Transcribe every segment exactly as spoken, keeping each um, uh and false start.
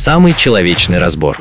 Самый человечный разбор.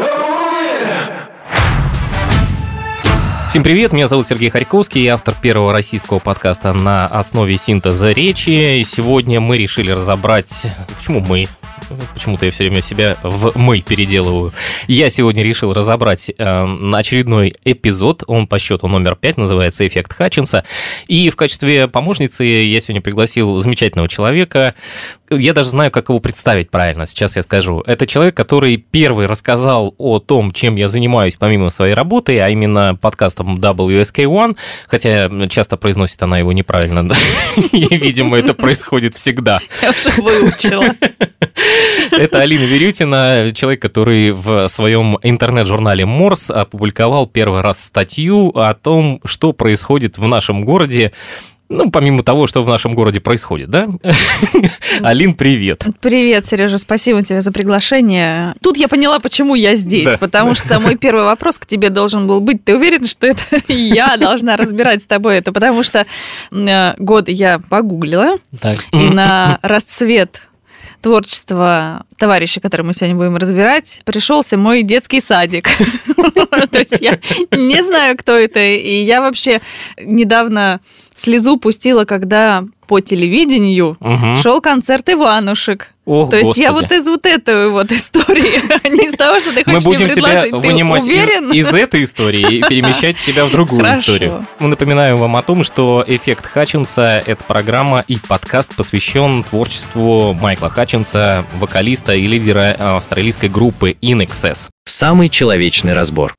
Всем привет, меня зовут Сергей Харьковский, я автор первого российского подкаста на основе синтеза речи. И сегодня мы решили разобрать... Почему мы? Почему-то я все время себя в «мы» переделываю. Я сегодня решил разобрать э, очередной эпизод, он по счету номер пять, называется «Эффект Хатчинса». И в качестве помощницы я сегодня пригласил замечательного человека. Я даже знаю, как его представить правильно, сейчас я скажу. Это человек, который первый рассказал о том, чем я занимаюсь помимо своей работы, а именно подкастом дабл ю эс кей один, хотя часто произносит она его неправильно, и, видимо, это происходит всегда. Я уже выучила. Это Алина Верютина, человек, который в своем интернет-журнале Морс опубликовал первый раз статью о том, что происходит в нашем городе. Ну, помимо того, что в нашем городе происходит, да? Алин, привет. Привет, Сережа, спасибо тебе за приглашение. Тут я поняла, почему я здесь, да. Потому что мой первый вопрос к тебе должен был быть: ты уверен, что это я должна разбирать с тобой это? Потому что годы я погуглила, так. И на расцвет творчества товарища, который мы сегодня будем разбирать, пришелся мой детский садик. То есть я не знаю, кто это, и я вообще недавно слезу пустила, когда по телевидению угу. шел концерт Иванушек. О, То есть Господи. Я вот из вот этой вот истории, а не из того, что ты хочешь мне предложить. Мы будем тебя вынимать из, из этой истории и перемещать тебя в другую Хорошо. историю. Мы напоминаем вам о том, что «Эффект Хатчинса» — это программа и подкаст, посвящен творчеству Майкла Хатчинса, вокалиста и лидера австралийской группы ин эксес. Самый человечный разбор.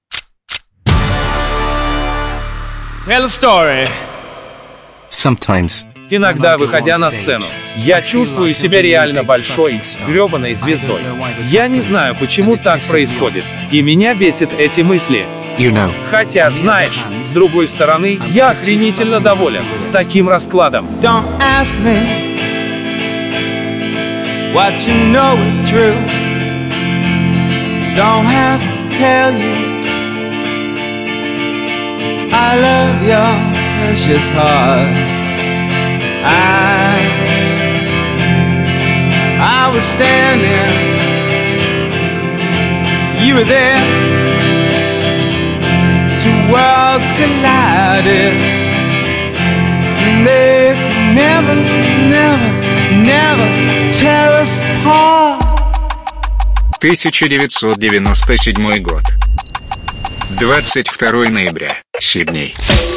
Tell a story. Sometimes. Иногда, выходя на сцену, я чувствую себя реально большой, грёбаной звездой. Я не знаю, почему так происходит, и меня бесит эти мысли. You know. Хотя, знаешь, с другой стороны, я охренительно доволен таким раскладом. Don't ask me what you know is true. Don't have to tell you I love your precious heart. I, I was standing, you were there. Two worlds collided, and they could never, never, never tear us apart. тысяча девятьсот девяносто седьмой год. двадцать второго ноября. Сидней.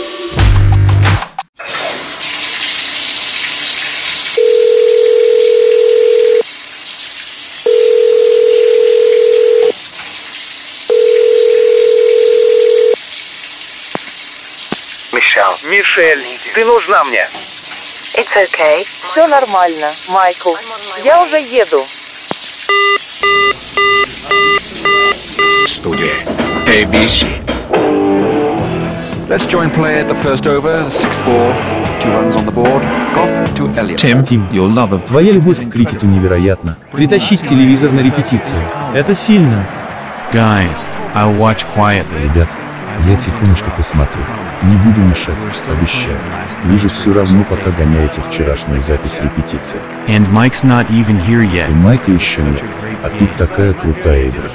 Мишель, ты нужна мне. It's okay. Все нормально, Майкл. Я уже еду. Студия эй би си. Let's join play at the first over. six four, two runs on the board. Goff to Elliott. Тим, Тим, your love of... Твоя любовь к крикету невероятна. Притащить телевизор на репетицию. Это сильно. Guys, I'll watch quietly. Ребят, я тихонечко посмотрю. Не буду мешать, обещаю. Вы же все равно пока гоняете вчерашнюю запись репетиции. And Mike's not even here yet. И Майка еще нет. А тут такая крутая игра.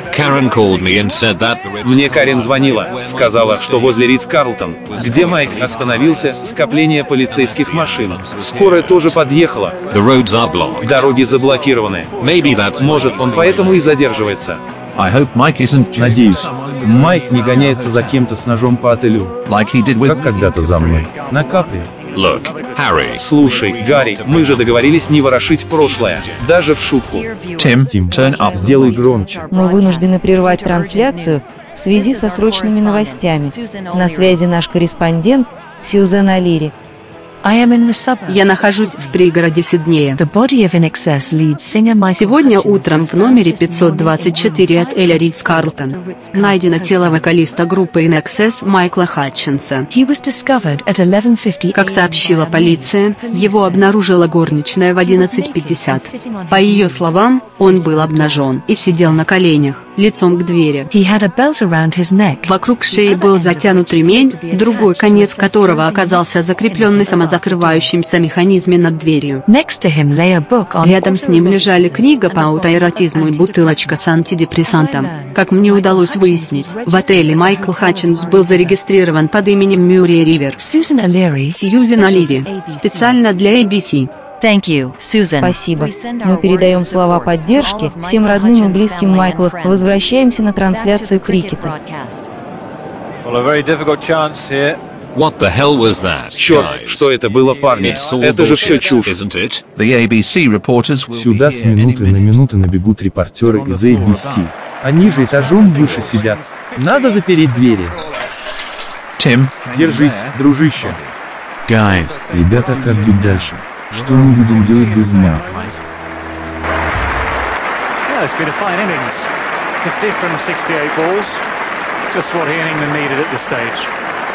Мне Карен звонила, сказала, что возле Ридс-Карлтон, где Майк остановился, скопление полицейских машин. Скорая тоже подъехала. Дороги заблокированы. Может, он поэтому и задерживается. Надеюсь, Майк не гоняется за кем-то с ножом по отелю, как когда-то за мной, на Капри. Слушай, Гарри, мы же договорились не ворошить прошлое, даже в шутку. Тим, Тим, сделай громче. Мы вынуждены прервать трансляцию в связи со срочными новостями. На связи наш корреспондент Сьюзен Алири. Я нахожусь в пригороде Сиднея. Сегодня утром в номере пятьсот двадцать четыре отеля Ридс-Карлтон найдено тело вокалиста группы ин эксес Майкла Хатчинса. Как сообщила полиция, его обнаружила горничная в одиннадцать пятьдесят. По ее словам, он был обнажен и сидел на коленях. лицом к двери. He had a belt around his neck. Вокруг шеи был затянут ремень, другой конец которого оказался закреплен на самозакрывающемся механизме над дверью. Next to him lay a book on... Рядом с ним лежали книга по аутоэротизму и бутылочка с антидепрессантом. Как мне удалось выяснить, в отеле Майкл Хатчинс был зарегистрирован под именем Мюррей Ривер. Сьюзен О'Лири. Сьюзен О'Лири. Специально для эй би си. Thank you, Susan. Спасибо. Мы передаем слова поддержки всем родным и близким Майкла. Возвращаемся на трансляцию крикета. What the hell was that? Черт, что это было, парни? Это же все чушь. Сюда с минуты на минуту набегут репортеры из эй би си. Они же этажом выше сидят. Надо запереть двери. Тим, держись, дружище. Guys. Ребята, как быть дальше? Что мы будем делать без Майка? Yeah, it's been a fine innings. fifty from sixty-eight balls. Just what he and England needed at this stage.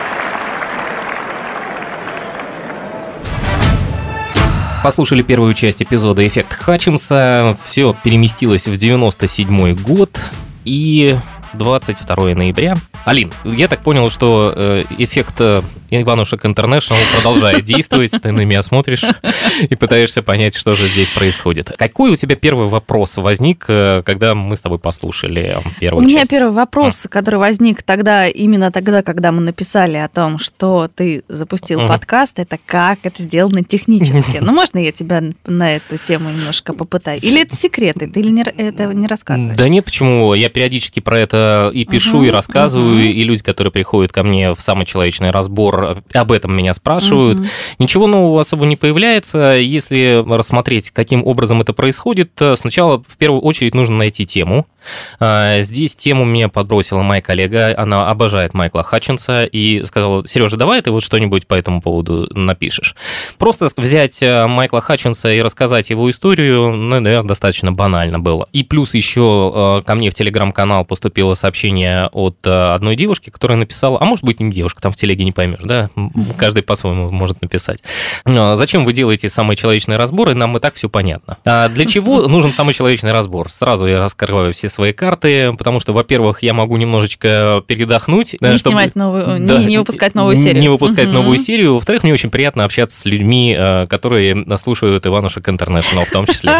Послушали первую часть эпизода «Эффект Хатчинса». Все переместилось в девяносто седьмой год и двадцать второго ноября. Алин, я так понял, что э, эффект Иванушек Интернешнл продолжает действовать, ты на меня смотришь и пытаешься понять, что же здесь происходит. Какой у тебя первый вопрос возник, когда мы с тобой послушали первую часть? У меня первый вопрос, а. который возник тогда, именно тогда, когда мы написали о том, что ты запустил uh-huh. подкаст, это как это сделано технически. Ну, можно я тебя на эту тему немножко попытаю? Или это секреты, ты или не, это не рассказываешь? Да нет, почему? Я периодически про это и пишу, uh-huh. и рассказываю, uh-huh. и люди, которые приходят ко мне в самый человечный разбор, об этом меня спрашивают. Mm-hmm. Ничего нового особо не появляется. Если рассмотреть, каким образом это происходит, сначала в первую очередь нужно найти тему. Здесь тему мне подбросила моя коллега, она обожает Майкла Хатчинса и сказала: Сережа, давай ты вот что-нибудь по этому поводу напишешь. Просто взять Майкла Хатчинса и рассказать его историю, ну, наверное, достаточно банально было. И плюс еще ко мне в телеграм-канал поступило сообщение от одной девушки, которая написала, а может быть не девушка, там в телеге не поймешь, да, каждый по-своему может написать. Зачем вы делаете самые человечные разборы? Нам и так все понятно. А для чего нужен самый человечный разбор? Сразу я раскрываю все свои карты, потому что, во-первых, я могу немножечко передохнуть. Не чтобы... снимать новую, да, не, не выпускать новую серию. Не выпускать угу. новую серию. Во-вторых, мне очень приятно общаться с людьми, которые слушают Иванушек Интернешнл в том числе.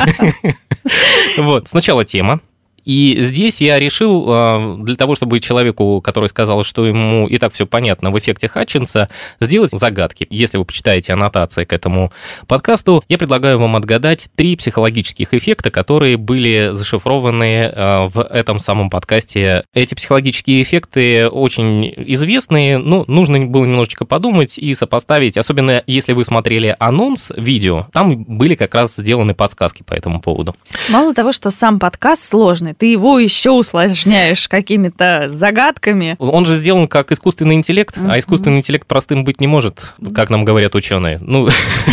Вот, сначала тема. И здесь я решил, для того, чтобы человеку, который сказал, что ему и так все понятно в эффекте Хатчинса, сделать загадки. Если вы почитаете аннотации к этому подкасту, я предлагаю вам отгадать три психологических эффекта, которые были зашифрованы в этом самом подкасте. Эти психологические эффекты очень известные, но нужно было немножечко подумать и сопоставить, особенно если вы смотрели анонс видео, там были как раз сделаны подсказки по этому поводу. Мало того, что сам подкаст сложный, ты его еще усложняешь какими-то загадками. Он же сделан как искусственный интеллект, uh-huh. а искусственный интеллект простым быть не может, как нам говорят ученые. Ну,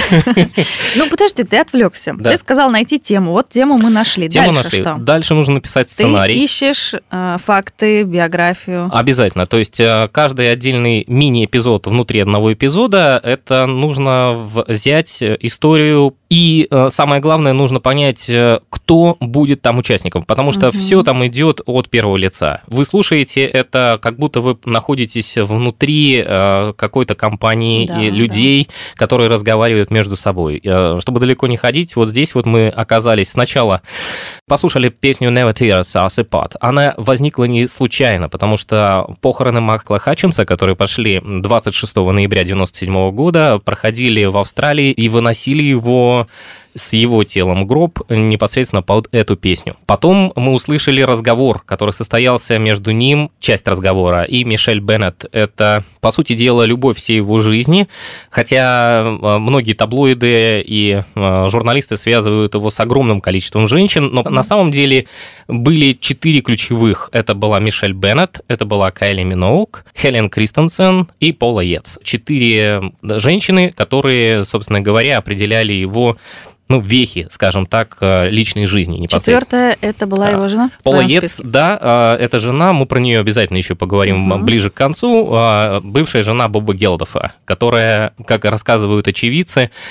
ну подожди, ты отвлекся. Да. Ты сказал найти тему. Вот тему мы нашли. Тему Дальше нашли. Что? Дальше нужно написать сценарий. Ты ищешь э, факты, биографию. Обязательно. То есть каждый отдельный мини-эпизод внутри одного эпизода, это нужно взять историю. И э, самое главное, нужно понять, кто будет там участником, потому что uh-huh. все там идет от первого лица. Вы слушаете это, как будто вы находитесь внутри э, какой-то компании да, людей, да. которые разговаривают между собой. Э, чтобы далеко не ходить, вот здесь вот мы оказались сначала, послушали песню Never Tears Us Apart. Она возникла не случайно, потому что похороны Майкла Хатчинса, которые пошли двадцать шестого ноября девяносто седьмого года, проходили в Австралии и выносили его с его телом гроб непосредственно под эту песню. Потом мы услышали разговор, который состоялся между ним, часть разговора, и Мишель Беннет. Это, по сути дела, любовь всей его жизни, хотя многие таблоиды и журналисты связывают его с огромным количеством женщин, но на самом деле были четыре ключевых. Это была Мишель Беннет, это была Кайли Миноуг, Хелен Кристенсен и Пола Йетс. Четыре женщины, которые, собственно говоря, определяли его ну, вехи, скажем так, личной жизни непосредственно. Четвертая, это была его жена? Пола Йетс, да, это жена, мы про нее обязательно еще поговорим uh-huh. ближе к концу, бывшая жена Боба Гелдофа, которая, как рассказывают очевидцы,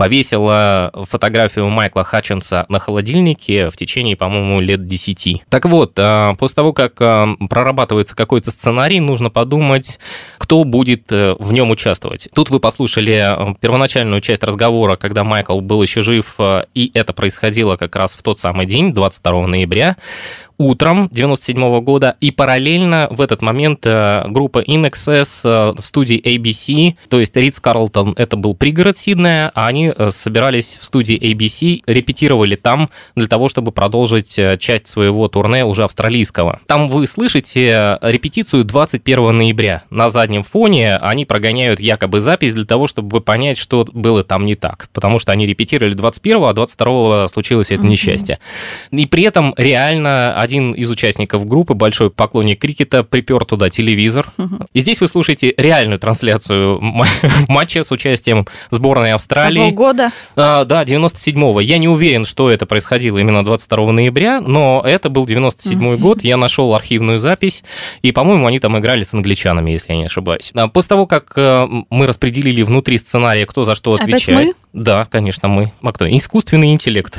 повесила фотографию Майкла Хатчинса на холодильнике в течение, по-моему, лет десяти. Так вот, после того, как прорабатывается какой-то сценарий, нужно подумать, кто будет в нем участвовать. Тут вы послушали первоначальную часть разговора, когда Майкл был еще жив, и это происходило как раз в тот самый день, двадцать второго ноября, утром девяносто седьмого года, и параллельно в этот момент группа ин экс эс в студии эй би си, то есть Ридс-Карлтон, это был пригород Сиднея, а они собирались в студии эй би си, репетировали там для того, чтобы продолжить часть своего турне уже австралийского. Там вы слышите репетицию двадцать первого ноября. На заднем фоне они прогоняют якобы запись для того, чтобы понять, что было там не так, потому что они репетировали двадцать первого, а двадцать второго случилось это несчастье. И при этом реально один из участников группы, большой поклонник крикета, припер туда телевизор. Uh-huh. И здесь вы слушаете реальную трансляцию матча с участием сборной Австралии. Того года? А, да, девяносто седьмого. Я не уверен, что это происходило именно двадцать второго ноября, но это был девяносто седьмой uh-huh. год. Я нашел архивную запись, и, по-моему, они там играли с англичанами, если я не ошибаюсь. После того, как мы распределили внутри сценария, кто за что отвечает. Опять мы? Да, конечно, мы. А кто? Искусственный интеллект.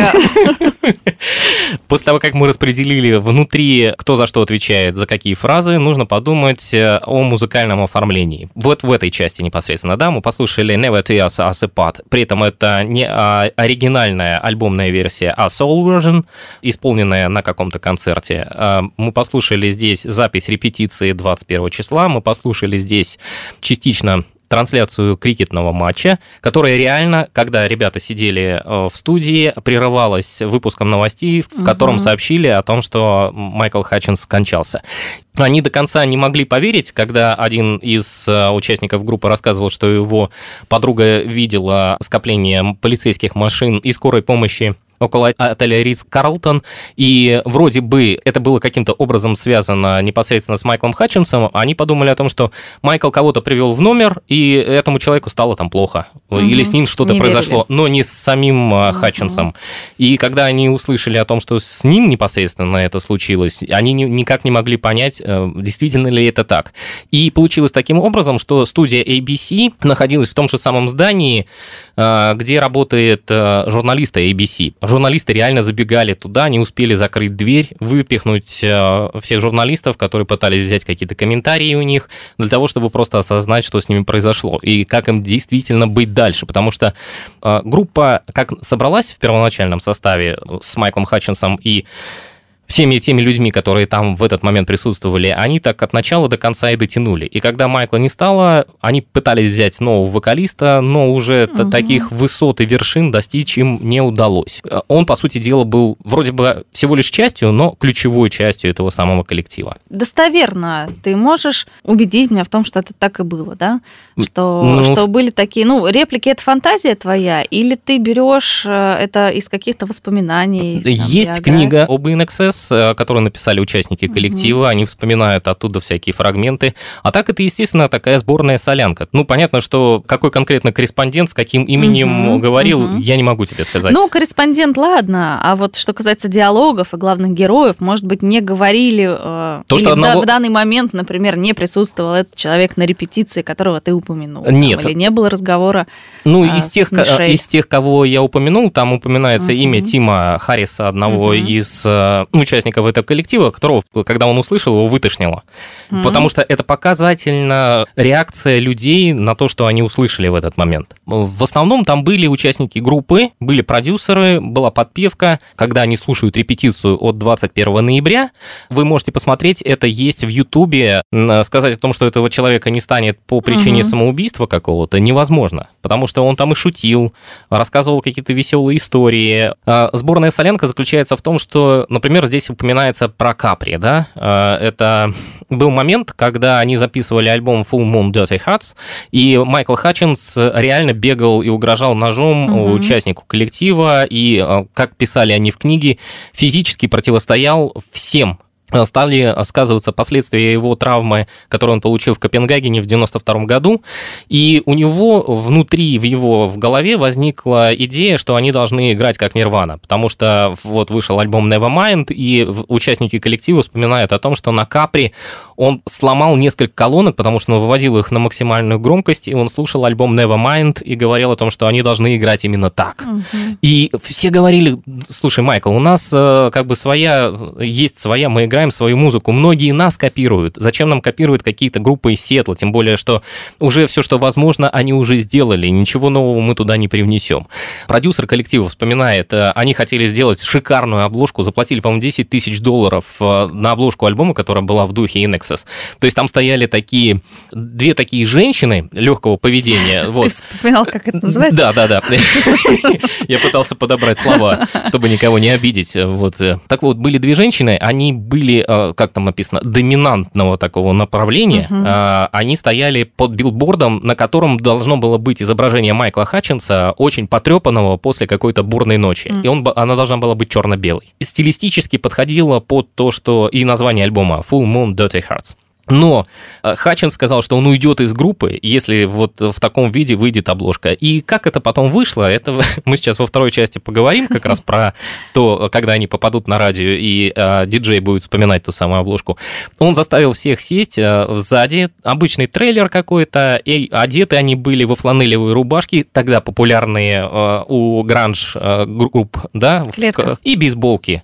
После того, как мы распределили внутри, кто за что отвечает, за какие фразы, нужно подумать о музыкальном оформлении. Вот в этой части непосредственно, да, мы послушали Never Tear Us Apart. При этом это не оригинальная альбомная версия, а soul version, исполненная на каком-то концерте. Мы послушали здесь запись репетиции двадцать первого числа, мы послушали здесь частично трансляцию крикетного матча, которая реально, когда ребята сидели в студии, прерывалась выпуском новостей, в котором угу. сообщили о том, что Майкл Хатчинс скончался. Они до конца не могли поверить, когда один из участников группы рассказывал, что его подруга видела скопление полицейских машин и скорой помощи около отеля Ридс-Карлтон, и вроде бы это было каким-то образом связано непосредственно с Майклом Хатчинсом, они подумали о том, что Майкл кого-то привел в номер, и этому человеку стало там плохо, угу. или с ним что-то не произошло, верили. Но не с самим угу. Хатчинсом. И когда они услышали о том, что с ним непосредственно это случилось, они никак не могли понять, действительно ли это так. И получилось таким образом, что студия эй би си находилась в том же самом здании, где работает журналисты эй би си. Журналисты реально забегали туда, не успели закрыть дверь, выпихнуть всех журналистов, которые пытались взять какие-то комментарии у них, для того, чтобы просто осознать, что с ними произошло, и как им действительно быть дальше. Потому что группа, как собралась в первоначальном составе с Майклом Хатчинсом и всеми теми людьми, которые там в этот момент присутствовали, они так от начала до конца и дотянули. И когда Майкла не стало, они пытались взять нового вокалиста, но уже угу. таких высот и вершин достичь им не удалось. Он, по сути дела, был вроде бы всего лишь частью, но ключевой частью этого самого коллектива. Достоверно ты можешь убедить меня в том, что это так и было, да? Что, ну, что были такие... Ну, реплики — это фантазия твоя, или ты берешь это из каких-то воспоминаний? Есть там, книга об ин экс эс, которые написали участники коллектива, mm-hmm. они вспоминают оттуда всякие фрагменты. А так это, естественно, такая сборная солянка. Ну, понятно, что какой конкретно корреспондент с каким именем mm-hmm. говорил, mm-hmm. я не могу тебе сказать. Ну, корреспондент, ладно, а вот что касается диалогов и главных героев, может быть, не говорили, э, То, или что одного... в данный момент, например, не присутствовал этот человек на репетиции, которого ты упомянул. Нет. Там, или не было разговора Ну, э, из, тех, из тех, кого я упомянул, там упоминается mm-hmm. имя Тима Харриса, одного mm-hmm. из э, участников этого коллектива, которого, когда он услышал, его вытошнило. Mm-hmm. Потому что это показательно реакция людей на то, что они услышали в этот момент. В основном там были участники группы, были продюсеры, была подпевка. Когда они слушают репетицию от двадцать первого ноября, вы можете посмотреть, это есть в Ютубе. Сказать о том, что этого человека не станет по причине mm-hmm. самоубийства какого-то, невозможно. Потому что он там и шутил, рассказывал какие-то веселые истории. Сборная солянка заключается в том, что, например, здесь упоминается про Капри, да, это был момент, когда они записывали альбом Full Moon Dirty Hearts, и Майкл Хатчинс реально бегал и угрожал ножом угу. участнику коллектива, и, как писали они в книге, физически противостоял всем стали сказываться последствия его травмы, которую он получил в Копенгагене в девяносто втором году, и у него внутри, в его в голове возникла идея, что они должны играть как Нирвана, потому что вот вышел альбом Nevermind, и участники коллектива вспоминают о том, что на Капри он сломал несколько колонок, потому что он выводил их на максимальную громкость, и он слушал альбом Nevermind и говорил о том, что они должны играть именно так. Mm-hmm. И все говорили: слушай, Майкл, у нас как бы своя, есть своя, мы играем свою музыку, многие нас копируют. Зачем нам копируют какие-то группы из Сиэтла? Тем более, что уже все, что возможно, они уже сделали, ничего нового мы туда не привнесем. Продюсер коллектива вспоминает, они хотели сделать шикарную обложку, заплатили, по-моему, десять тысяч долларов на обложку альбома, которая была в духе INXS. То есть там стояли такие, две такие женщины легкого поведения. Вот. Ты вспоминал, как это называется? Да, да, да. Я пытался подобрать слова, чтобы никого не обидеть. Вот. Так вот, были две женщины, они были, как там написано, доминантного такого направления. Uh-huh. Они стояли под билбордом, на котором должно было быть изображение Майкла Хатчинса, очень потрепанного после какой-то бурной ночи. Uh-huh. И он, она должна была быть черно-белой. Стилистически подходила под то, что и название альбома Full Moon Dirty Hearts. Но Хатчинс сказал, что он уйдет из группы, если вот в таком виде выйдет обложка. И как это потом вышло, это мы сейчас во второй части поговорим как раз про то, когда они попадут на радио, и э, диджей будет вспоминать ту самую обложку. Он заставил всех сесть э, сзади, обычный трейлер какой-то, и одеты они были во фланелевые рубашки, тогда популярные э, у гранж-групп, да, в, и бейсболки.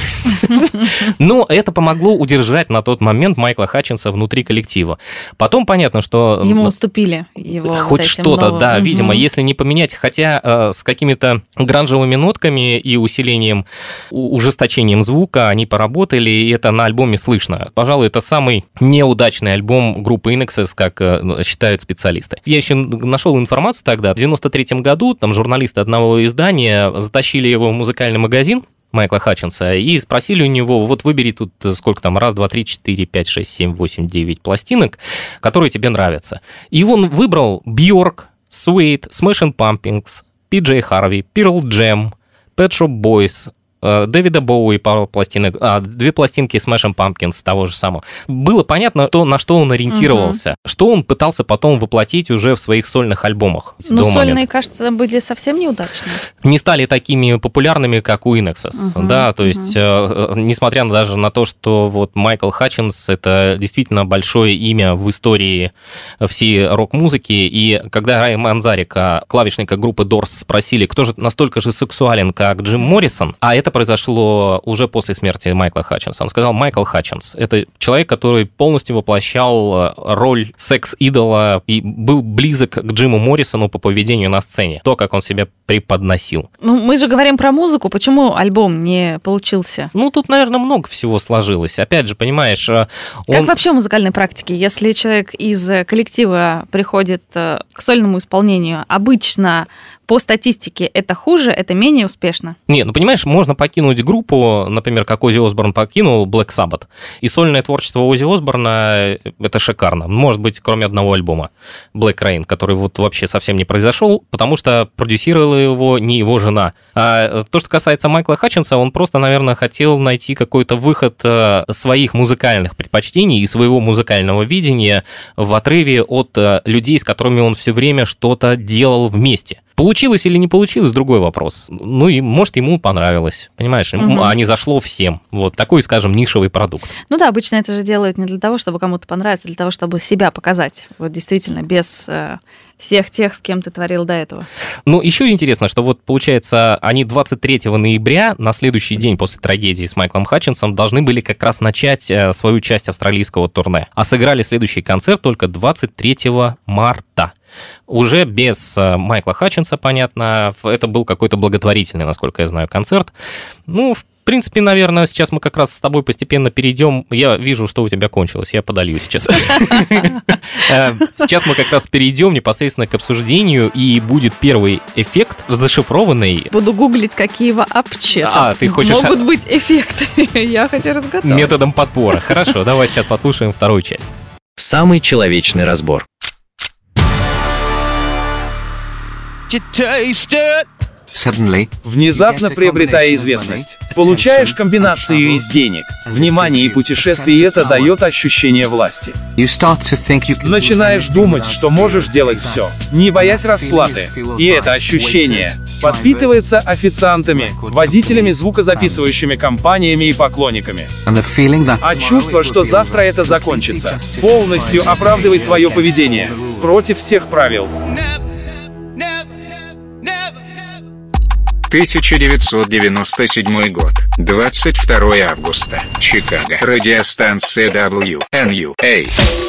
Но это помогло удержать на тот момент Майкла Хатчинса внутри коллектива. Потом понятно, что... Ему уступили его хоть вот что-то, новым. да, угу. видимо, если не поменять, хотя э, с какими-то гранжевыми нотками и усилением, ужесточением звука они поработали, и это на альбоме слышно. Пожалуй, это самый неудачный альбом группы INXS, как э, считают специалисты. Я еще нашел информацию тогда. В девяносто третьем году там журналисты одного издания затащили его в музыкальный магазин Майкла Хатчинса и спросили у него: вот выбери тут сколько там, раз, два, три, четыре, пять, шесть, семь, восемь, девять пластинок, которые тебе нравятся. И он выбрал Björk, Suede, Smashing Pumpkins, Пи Джей Harvey, Pearl Jam, Pet Shop Boys, Дэвида Боуи, пару пластинок, а, две пластинки Smashing Pumpkins того же самого. Было понятно, то, на что он ориентировался, угу. что он пытался потом воплотить уже в своих сольных альбомах. Ну, сольные, момента. Кажется, были совсем неудачные. Не стали такими популярными, как у INXS, угу. да, то есть, угу. э, несмотря даже на то, что вот Майкл Хатчинс — это действительно большое имя в истории всей рок-музыки, и когда Рая Манзарика, клавишника группы Doors, спросили, кто же настолько же сексуален, как Джим Моррисон, а это произошло уже после смерти Майкла Хатчинса. Он сказал: Майкл Хатчинс — это человек, который полностью воплощал роль секс-идола и был близок к Джиму Моррисону по поведению на сцене, то, как он себя преподносил. Ну, мы же говорим про музыку, почему альбом не получился? Ну, тут, наверное, много всего сложилось. Опять же, понимаешь... Он... Как вообще в музыкальной практике? Если человек из коллектива приходит к сольному исполнению, обычно... По статистике это хуже, это менее успешно? Нет, ну понимаешь, можно покинуть группу, например, как Оззи Осборн покинул Black Sabbath, и сольное творчество Оззи Осборна — это шикарно. Может быть, кроме одного альбома, Black Rain, который вот вообще совсем не произошел, потому что продюсировала его не его жена. А то, что касается Майкла Хатчинса, он просто, наверное, хотел найти какой-то выход своих музыкальных предпочтений и своего музыкального видения в отрыве от людей, с которыми он все время что-то делал вместе. Получилось или не получилось — другой вопрос. Ну и, может, ему понравилось, понимаешь, угу. а не зашло всем. Вот такой, скажем, нишевый продукт. Ну да, обычно это же делают не для того, чтобы кому-то понравиться, а для того, чтобы себя показать. Вот действительно, без э, всех тех, с кем ты творил до этого. Ну, еще интересно, что вот, получается, они двадцать третьего ноября, на следующий день после трагедии с Майклом Хатчинсом, должны были как раз начать свою часть австралийского турне. А сыграли следующий концерт только двадцать третьего марта. Уже без Майкла Хатчинса, понятно, это был какой-то благотворительный, насколько я знаю, концерт. Ну, в принципе, наверное, сейчас мы как раз с тобой постепенно перейдем. Я вижу, что у тебя кончилось, я подолью сейчас. Сейчас мы как раз перейдем непосредственно к обсуждению, и будет первый эффект зашифрованный. Буду гуглить, какие вообще а, ты хочешь... могут быть эффекты. Я хочу разгадать. Методом подбора. Хорошо, давай сейчас послушаем вторую часть. Самый человечный разбор. You taste it, Внезапно приобретая известность, получаешь комбинацию из денег, внимания и путешествий, и это дает ощущение власти. Начинаешь думать, что можешь делать все, не боясь расплаты. И это ощущение подпитывается официантами, водителями, звукозаписывающими компаниями и поклонниками. А чувство, что завтра это закончится, полностью оправдывает твое поведение против всех правил. тысяча девятьсот девяносто седьмой год, двадцать второе августа, Чикаго. Радиостанция дабл ю эн ю эй.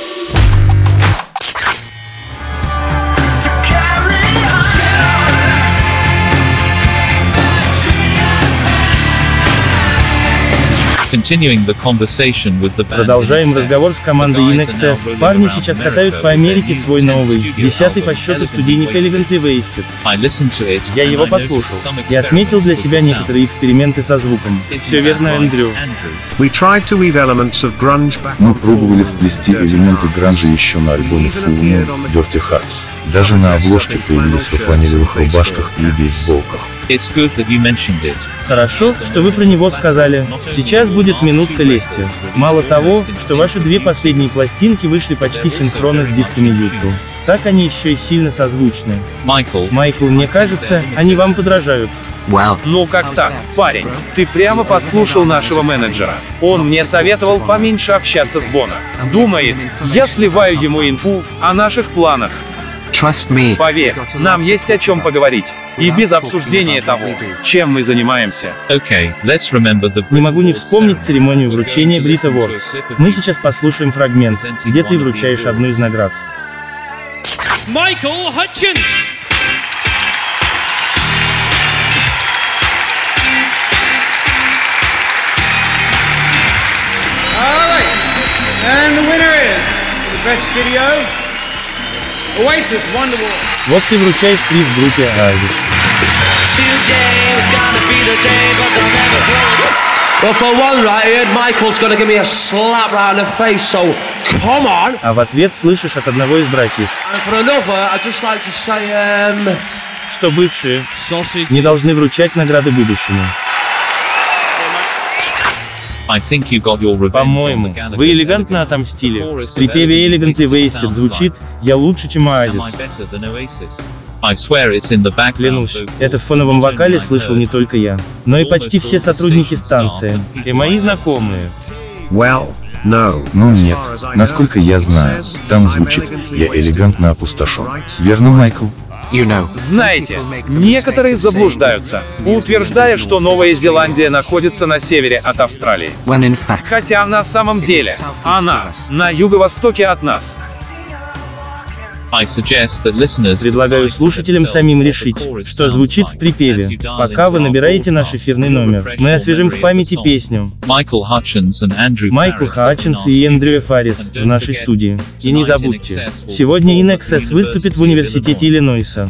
Продолжаем разговор с командой эн экс эс. Парни сейчас катают по Америке свой новый, десятый по счету студийник Elegant Wasted. Я его послушал и отметил для себя некоторые эксперименты со звуком. Все верно, Эндрю. Мы пробовали вплести элементы гранжа еще на альбоме Full Moon, Dirty Hearts. Даже на обложке появились во фланелевых рубашках и бейсболках. Хорошо, что вы про него сказали. Сейчас будет минутка лести. Мало того, что ваши две последние пластинки вышли почти синхронно с дисками YouTube. Так они еще и сильно созвучны. Майкл, Майкл, мне кажется, они вам подражают. Wow. Ну как так, парень? Ты прямо подслушал нашего менеджера. Он мне советовал поменьше общаться с Боно. Думает, я сливаю ему инфу о наших планах. Поверь, нам есть о чем поговорить. И без обсуждения того, чем мы занимаемся. Не могу не вспомнить церемонию вручения Brit Awards. Мы сейчас послушаем фрагмент, где ты вручаешь одну из наград. Michael Hutchence. All right, and the winner is the best video. Oasis Wonderwall. Вот ты вручаешь приз группе Oasis. Well, for one right here, Michael's gonna give me a slap right in the face, so come on. А в ответ слышишь от одного из братьев, And for another, I'd just like to say, um... что бывшие не должны вручать награды будущему. По-моему, вы элегантно отомстили. В припеве Elegant Wasted звучит «Я лучше, чем Oasis». Клянусь, это в фоновом вокале слышал не только я, но и почти все сотрудники станции, и мои знакомые. Well, no. Ну нет, насколько я знаю, там звучит «Я элегантно опустошен». Верно, Майкл? Знаете, некоторые заблуждаются, утверждая, что Новая Зеландия находится на севере от Австралии. Хотя на самом деле она на юго-востоке от нас. Предлагаю слушателям самим решить, что звучит в припеве. Пока вы набираете наш эфирный номер, мы освежим в памяти песню. Майкл Хатчинс и Эндрю Фаррис в нашей студии. И не забудьте, сегодня эн экс эс выступит в Университете Иллинойса.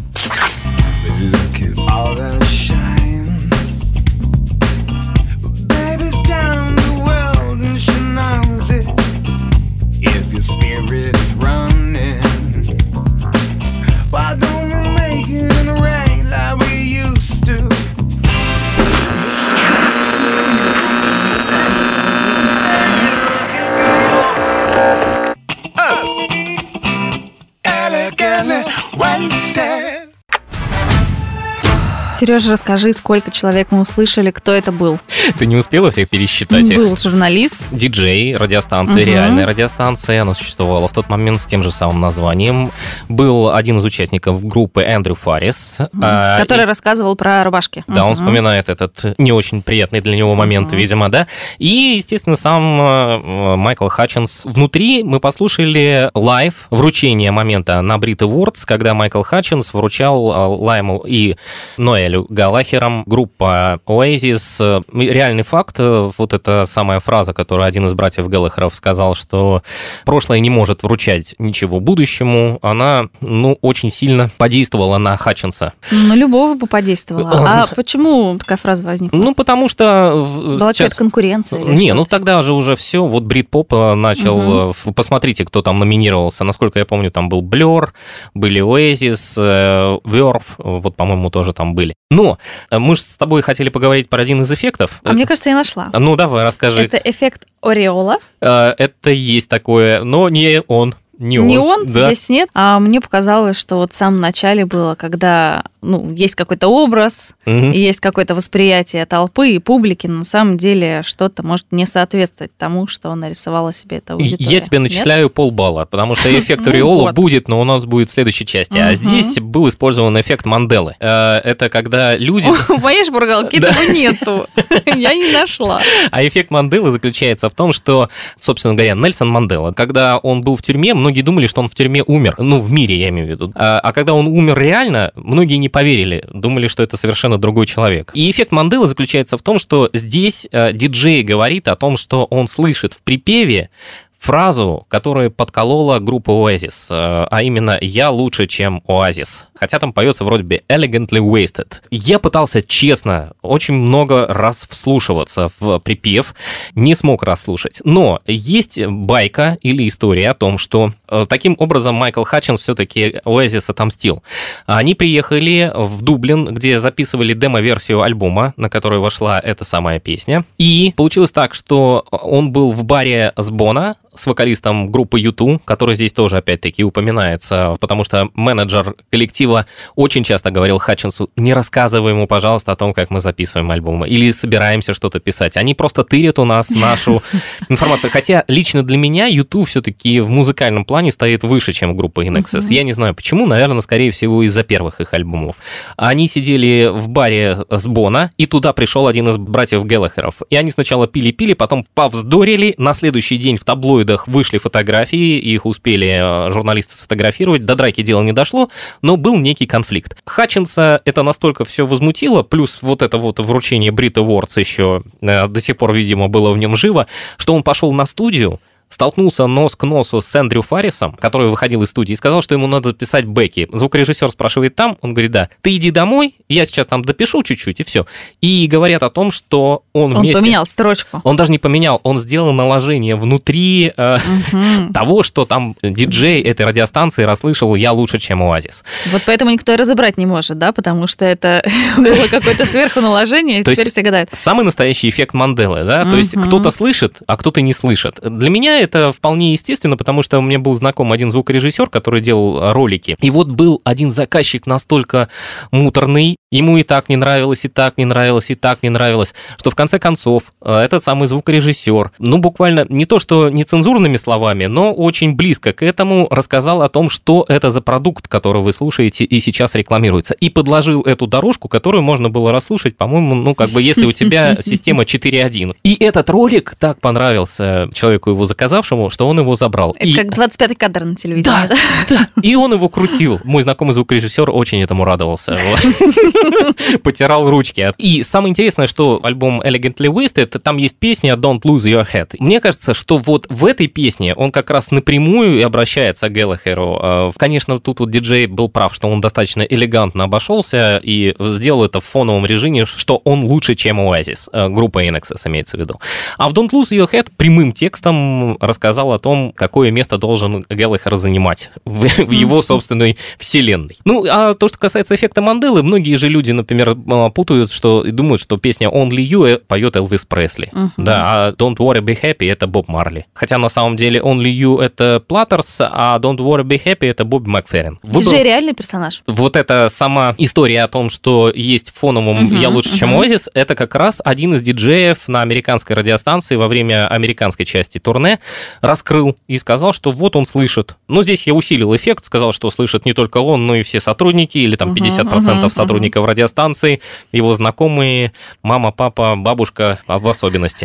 Сережа, расскажи, сколько человек мы услышали, кто это был? Ты не успела всех пересчитать? Был журналист. Диджей, радиостанция, угу. Реальная радиостанция. Она существовала в тот момент с тем же самым названием. Был один из участников группы Эндрю Фаррис. Который а, рассказывал про рубашки. Да, угу. он вспоминает этот не очень приятный для него момент, угу. видимо, да. И, естественно, сам Майкл Хатчинс. Внутри мы послушали лайв вручение момента на Brit Awards, когда Майкл Хатчинс вручал Лайму и Ноэлю Галлахером, группа Oasis. Реальный факт, вот эта самая фраза, которую один из братьев Галлахеров сказал, что прошлое не может вручать ничего будущему, она, ну, очень сильно подействовала на Хатчинса. Ну, любого бы подействовала. А почему такая фраза возникла? Ну, потому что... Была сейчас... какая-то конкуренция? Не, ну тогда же уже все. Вот Брит-поп начал... Угу. Посмотрите, кто там номинировался. Насколько я помню, там был Blur, были Oasis, Verve, вот, по-моему, тоже там были. Но мы же с тобой хотели поговорить про один из эффектов. А мне кажется, я нашла. Ну, давай, расскажи. Это эффект ореола. Это есть такое, но не он. Не он, не он да. Здесь нет. А мне показалось, что вот в самом начале было, когда ну, есть какой-то образ, угу. и есть какое-то восприятие толпы и публики, но на самом деле что-то может не соответствовать тому, что нарисовала себе эта аудитория. Я тебе начисляю нет? полбалла, потому что эффект ореола будет, но у нас будет в следующей части. А здесь был использован эффект Манделы. Это когда люди... В моей шпаргалке этого нету. Я не нашла. А эффект Манделы заключается в том, что, собственно говоря, Нельсон Мандела, когда он был в тюрьме, многие думали, что он в тюрьме умер. Ну, в мире, я имею в виду. А, а когда он умер реально, многие не поверили, думали, что это совершенно другой человек. И эффект Манделы заключается в том, что здесь э, диджей говорит о том, что он слышит в припеве фразу, которая подколола группа Oasis, а именно «Я лучше, чем Oasis». Хотя там поется вроде бы «Elegantly Wasted». Я пытался честно очень много раз вслушиваться в припев, не смог расслушать. Но есть байка или история о том, что таким образом Майкл Хатчинс все-таки Oasis отомстил. Они приехали в Дублин, где записывали демо-версию альбома, на которой вошла эта самая песня. И получилось так, что он был в баре с Боно, с вокалистом группы ю ту, который здесь тоже опять-таки упоминается, потому что менеджер коллектива очень часто говорил Хатчинсу: не рассказывай ему, пожалуйста, о том, как мы записываем альбомы или собираемся что-то писать. Они просто тырят у нас нашу информацию. Хотя лично для меня ю ту все-таки в музыкальном плане стоит выше, чем группа ин экс эс. Я не знаю почему, наверное, скорее всего, из-за первых их альбомов. Они сидели в баре с Боно, и туда пришел один из братьев Гэллахеров. И они сначала пили-пили, потом повздорили, на следующий день в таблоидах вышли фотографии, их успели журналисты сфотографировать, до драки дело не дошло, но был некий конфликт. Хатчинса это настолько все возмутило, плюс вот это вот вручение Brit Awards еще до сих пор, видимо, было в нем живо, что он пошел на студию, столкнулся нос к носу с Эндрю Фаррисом, который выходил из студии, и сказал, что ему надо записать бэки. Звукорежиссер спрашивает там, он говорит: да, ты иди домой, я сейчас там допишу чуть-чуть, и все. И говорят о том, что он, он вместе... Он поменял строчку. Он даже не поменял, он сделал наложение внутри э, угу. того, что там диджей этой радиостанции расслышал «Я лучше, чем Oasis». Вот поэтому никто и разобрать не может, да, потому что это было какое-то сверхуналожение, и теперь все гадают. Самый настоящий эффект Манделы, да, то есть кто-то слышит, а кто-то не слышит. Для меня это вполне естественно, потому что у меня был знаком один звукорежиссер, который делал ролики. И вот был один заказчик настолько муторный, ему и так не нравилось, и так не нравилось, и так не нравилось, что в конце концов этот самый звукорежиссер, ну, буквально не то что нецензурными словами, но очень близко к этому рассказал о том, что это за продукт, который вы слушаете и сейчас рекламируется. И подложил эту дорожку, которую можно было расслушать, по-моему, ну, как бы, если у тебя система четыре один. И этот ролик так понравился человеку, его заказавшему, что он его забрал. Это и... как двадцать пятый кадр на телевидении. Да, да, да. И он его крутил. Мой знакомый звукорежиссер очень этому радовался. Потирал ручки. И самое интересное, что альбом Elegantly Wasted, там есть песня Don't Lose Your Head. Мне кажется, что вот в этой песне он как раз напрямую и обращается к Гэллахеру. Конечно, тут вот диджей был прав, что он достаточно элегантно обошелся и сделал это в фоновом режиме, что он лучше, чем Oasis. Группа ин экс эс имеется в виду. А в Don't Lose Your Head прямым текстом рассказал о том, какое место должен Гэллахер занимать в, в его собственной вселенной. Ну, а то, что касается эффекта Манделы, многие же люди, например, путают, что и думают, что песня Only You поет Элвис Пресли. Uh-huh. Да, а Don't Worry Be Happy это Боб Марли. Хотя на самом деле Only You это Платтерс, а Don't Worry Be Happy это Бобби Макферрин. Выбор... Диджей реальный персонаж. Вот эта сама история о том, что есть в фоновом uh-huh, «Я лучше, uh-huh. чем Oasis», это как раз один из диджеев на американской радиостанции во время американской части турне раскрыл и сказал, что вот он слышит. Ну, здесь я усилил эффект, сказал, что слышит не только он, но и все сотрудники, или там пятьдесят процентов uh-huh, uh-huh, сотрудников uh-huh. радиостанции, его знакомые, мама, папа, бабушка в особенности.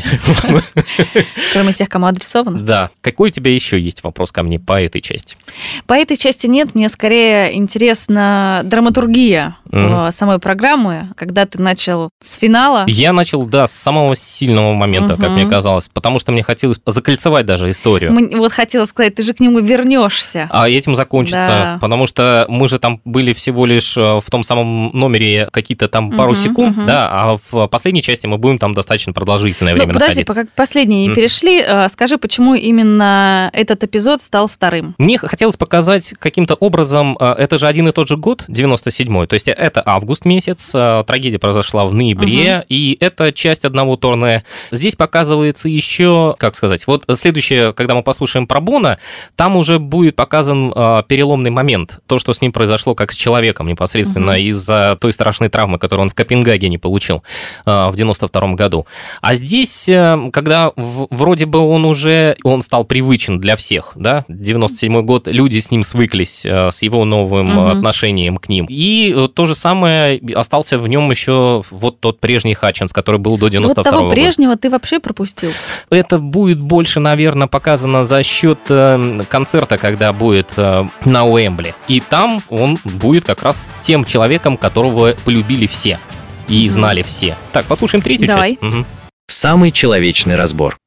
Кроме тех, кому адресовано? Да. Какой у тебя еще есть вопрос ко мне по этой части? По этой части нет, мне скорее интересна драматургия mm-hmm. самой программы, когда ты начал с финала. Я начал, да, с самого сильного момента, mm-hmm. как мне казалось, потому что мне хотелось закольцевать даже историю. Мы, вот хотела сказать, ты же к нему вернешься. А этим закончится, да. Потому что мы же там были всего лишь в том самом номере были какие-то там пару uh-huh, секунд, uh-huh. да, а в последней части мы будем там достаточно продолжительное время ну, подожди, находиться. Пока к последней не mm. перешли, скажи, почему именно этот эпизод стал вторым? Мне хотелось показать каким-то образом, это же один и тот же год, девяносто седьмой, то есть это август месяц, трагедия произошла в ноябре, uh-huh. и это часть одного турне. Здесь показывается еще, как сказать, вот следующее, когда мы послушаем про Бона, там уже будет показан переломный момент, то, что с ним произошло как с человеком непосредственно uh-huh. из-за той страшной травмы, которую он в Копенгагене получил в девяносто втором году. А здесь, когда в, вроде бы он уже, он стал привычен для всех, да, девяносто седьмой год, люди с ним свыклись, с его новым uh-huh. отношением к ним. И то же самое остался в нем еще вот тот прежний Хатчинс, который был до девяносто второго года. Вот того прежнего года. Ты вообще пропустил? Это будет больше, наверное, показано за счет концерта, когда будет на Уэмбли. И там он будет как раз тем человеком, которого полюбили все и знали mm-hmm. все. Так, послушаем третью Давай. часть. Угу. Самый человечный разбор.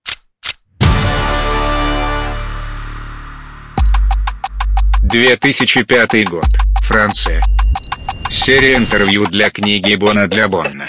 две тысячи пятый год. Франция. Серия интервью для книги Бона для Бонна.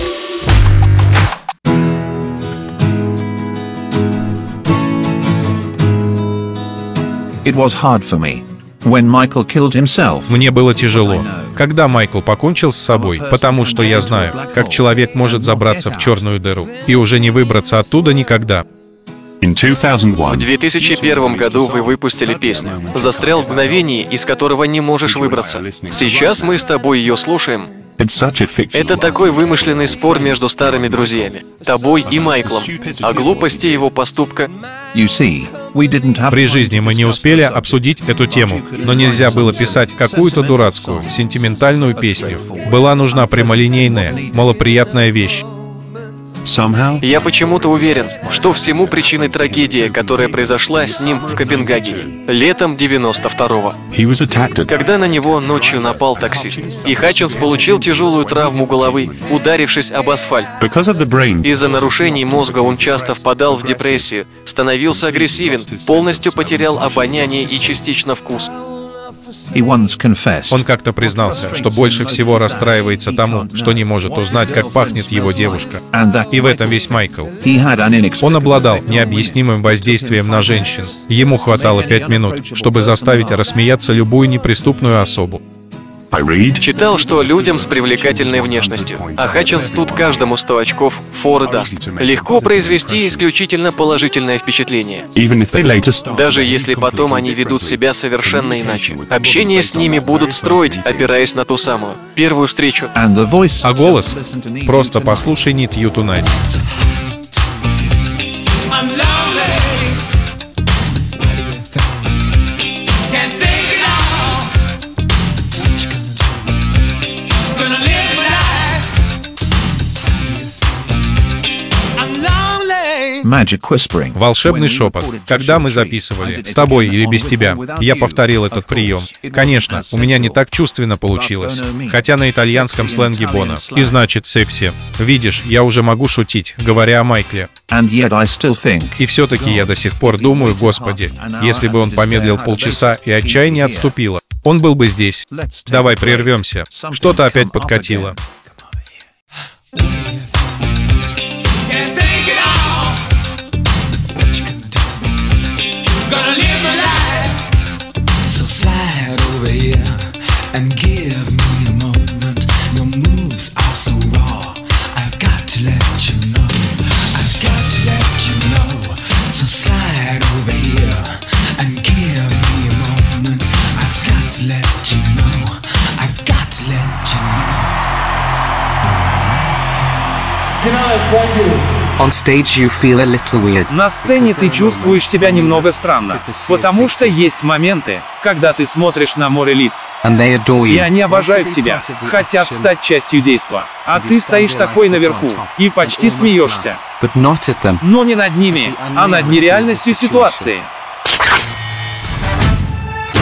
It was hard for me. When Michael killed himself. Мне было тяжело, когда Майкл покончил с собой, потому что я знаю, как человек может забраться в черную дыру и уже не выбраться оттуда никогда. В две тысячи первом году вы выпустили песню «Застрял в мгновении, из которого не можешь выбраться». Сейчас мы с тобой ее слушаем. Это такой вымышленный спор между старыми друзьями, тобой и Майклом, о глупости его поступка. При жизни мы не успели обсудить эту тему, но нельзя было писать какую-то дурацкую, сентиментальную песню. Была нужна прямолинейная, малоприятная вещь. Я почему-то уверен, что всему причиной трагедия, которая произошла с ним в Копенгагене, летом девяносто второго. Когда на него ночью напал таксист, и Хатчинс получил тяжелую травму головы, ударившись об асфальт. Из-за нарушений мозга он часто впадал в депрессию, становился агрессивен, полностью потерял обоняние и частично вкус. Он как-то признался, что больше всего расстраивается тому, что не может узнать, как пахнет его девушка. И в этом весь Майкл. Он обладал необъяснимым воздействием на женщин. Ему хватало пять минут, чтобы заставить рассмеяться любую неприступную особу. Читал, что людям с привлекательной внешностью, а Хатчинс тут каждому сто очков форы даст. Легко произвести исключительно положительное впечатление. Даже если потом они ведут себя совершенно иначе. Общение с ними будут строить, опираясь на ту самую первую встречу. А голос? Просто послушай Need You Tonight. Волшебный шепот. Когда мы записывали, с тобой или без тебя, я повторил этот прием. Конечно, у меня не так чувственно получилось, хотя на итальянском сленге Бона. И значит, секси. Видишь, я уже могу шутить, говоря о Майкле. И все-таки я до сих пор думаю, Господи, если бы он помедлил полчаса и отчаяние отступило, он был бы здесь. Давай прервемся. Что-то опять подкатило. And give me a moment. Your moves are so raw. I've got to let you know. I've got to let you know. So slide over here and give me a moment. I've got to let you know. I've got to let you know. Good night, thank you. On stage you feel a little weird. На сцене ты чувствуешь себя немного странно, потому что есть моменты, когда ты смотришь на море лиц, и они обожают тебя, хотят стать частью действа, а ты стоишь такой наверху и почти смеешься, но не над ними, а над нереальностью ситуации.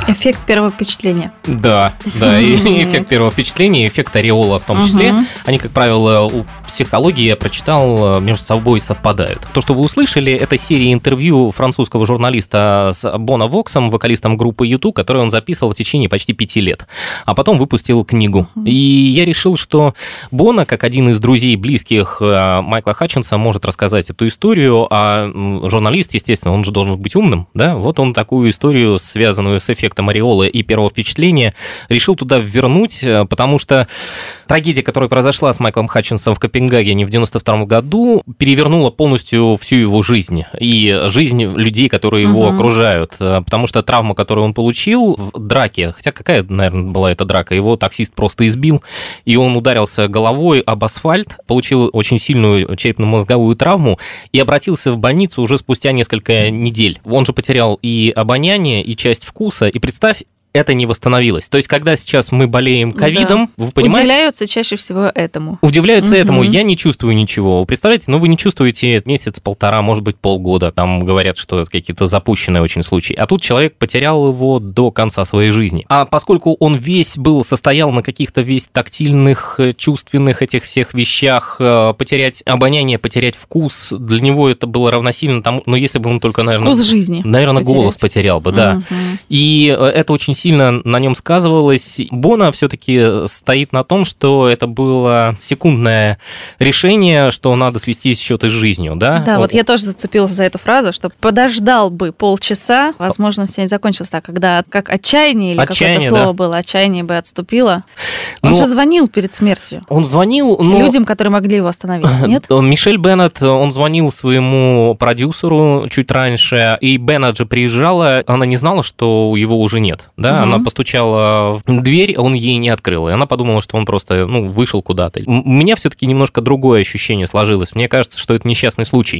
Эффект первого впечатления. Да, да, и эффект первого впечатления, эффект ореола в том числе, uh-huh. они, как правило, у психологии, я прочитал, между собой совпадают. То, что вы услышали, это серия интервью французского журналиста с Боно Воксом, вокалистом группы ю ту, который он записывал в течение почти пяти лет, а потом выпустил книгу. Uh-huh. И я решил, что Боно, как один из друзей близких Майкла Хатчинса, может рассказать эту историю, а журналист, естественно, он же должен быть умным, да, вот он такую историю, связанную с эффектом ореолы и первого впечатления, решил туда вернуть, потому что трагедия, которая произошла с Майклом Хатчинсом в Копенгагене в девяносто втором году, перевернула полностью всю его жизнь и жизнь людей, которые его uh-huh. окружают, потому что травма, которую он получил в драке, хотя какая, наверное, была эта драка, его таксист просто избил, и он ударился головой об асфальт, получил очень сильную черепно-мозговую травму и обратился в больницу уже спустя несколько недель. Он же потерял и обоняние, и часть вкуса, и представь, это не восстановилось. То есть, когда сейчас мы болеем ковидом, да. вы понимаете... Удивляются чаще всего этому. Удивляются угу. этому. Я не чувствую ничего. Представляете, ну вы не чувствуете месяц, полтора, может быть, полгода. Там говорят, что это какие-то запущенные очень случаи. А тут человек потерял его до конца своей жизни. А поскольку он весь был, состоял на каких-то весь тактильных, чувственных этих всех вещах, потерять обоняние, потерять вкус, для него это было равносильно тому... Ну, если бы он только, наверное... Вкус жизни. Наверное, потерять. Голос потерял бы, да. Угу. И это очень сильно на нем сказывалось. Боно все-таки стоит на том, что это было секундное решение, что надо свести счеты с жизнью, да? Да, вот я тоже зацепилась за эту фразу, что подождал бы полчаса, возможно, все не закончилось так, когда как отчаяние или отчаяние, какое-то слово да. было, отчаяние бы отступило. Он но... же звонил перед смертью. Он звонил, но... людям, которые могли его остановить, нет? Мишель Беннет, он звонил своему продюсеру чуть раньше, и Беннет же приезжала, она не знала, что его уже нет, да? Угу. Она постучала в дверь, а он ей не открыл, и она подумала, что он просто, ну, вышел куда-то. У меня все-таки немножко другое ощущение сложилось. Мне кажется, что это несчастный случай.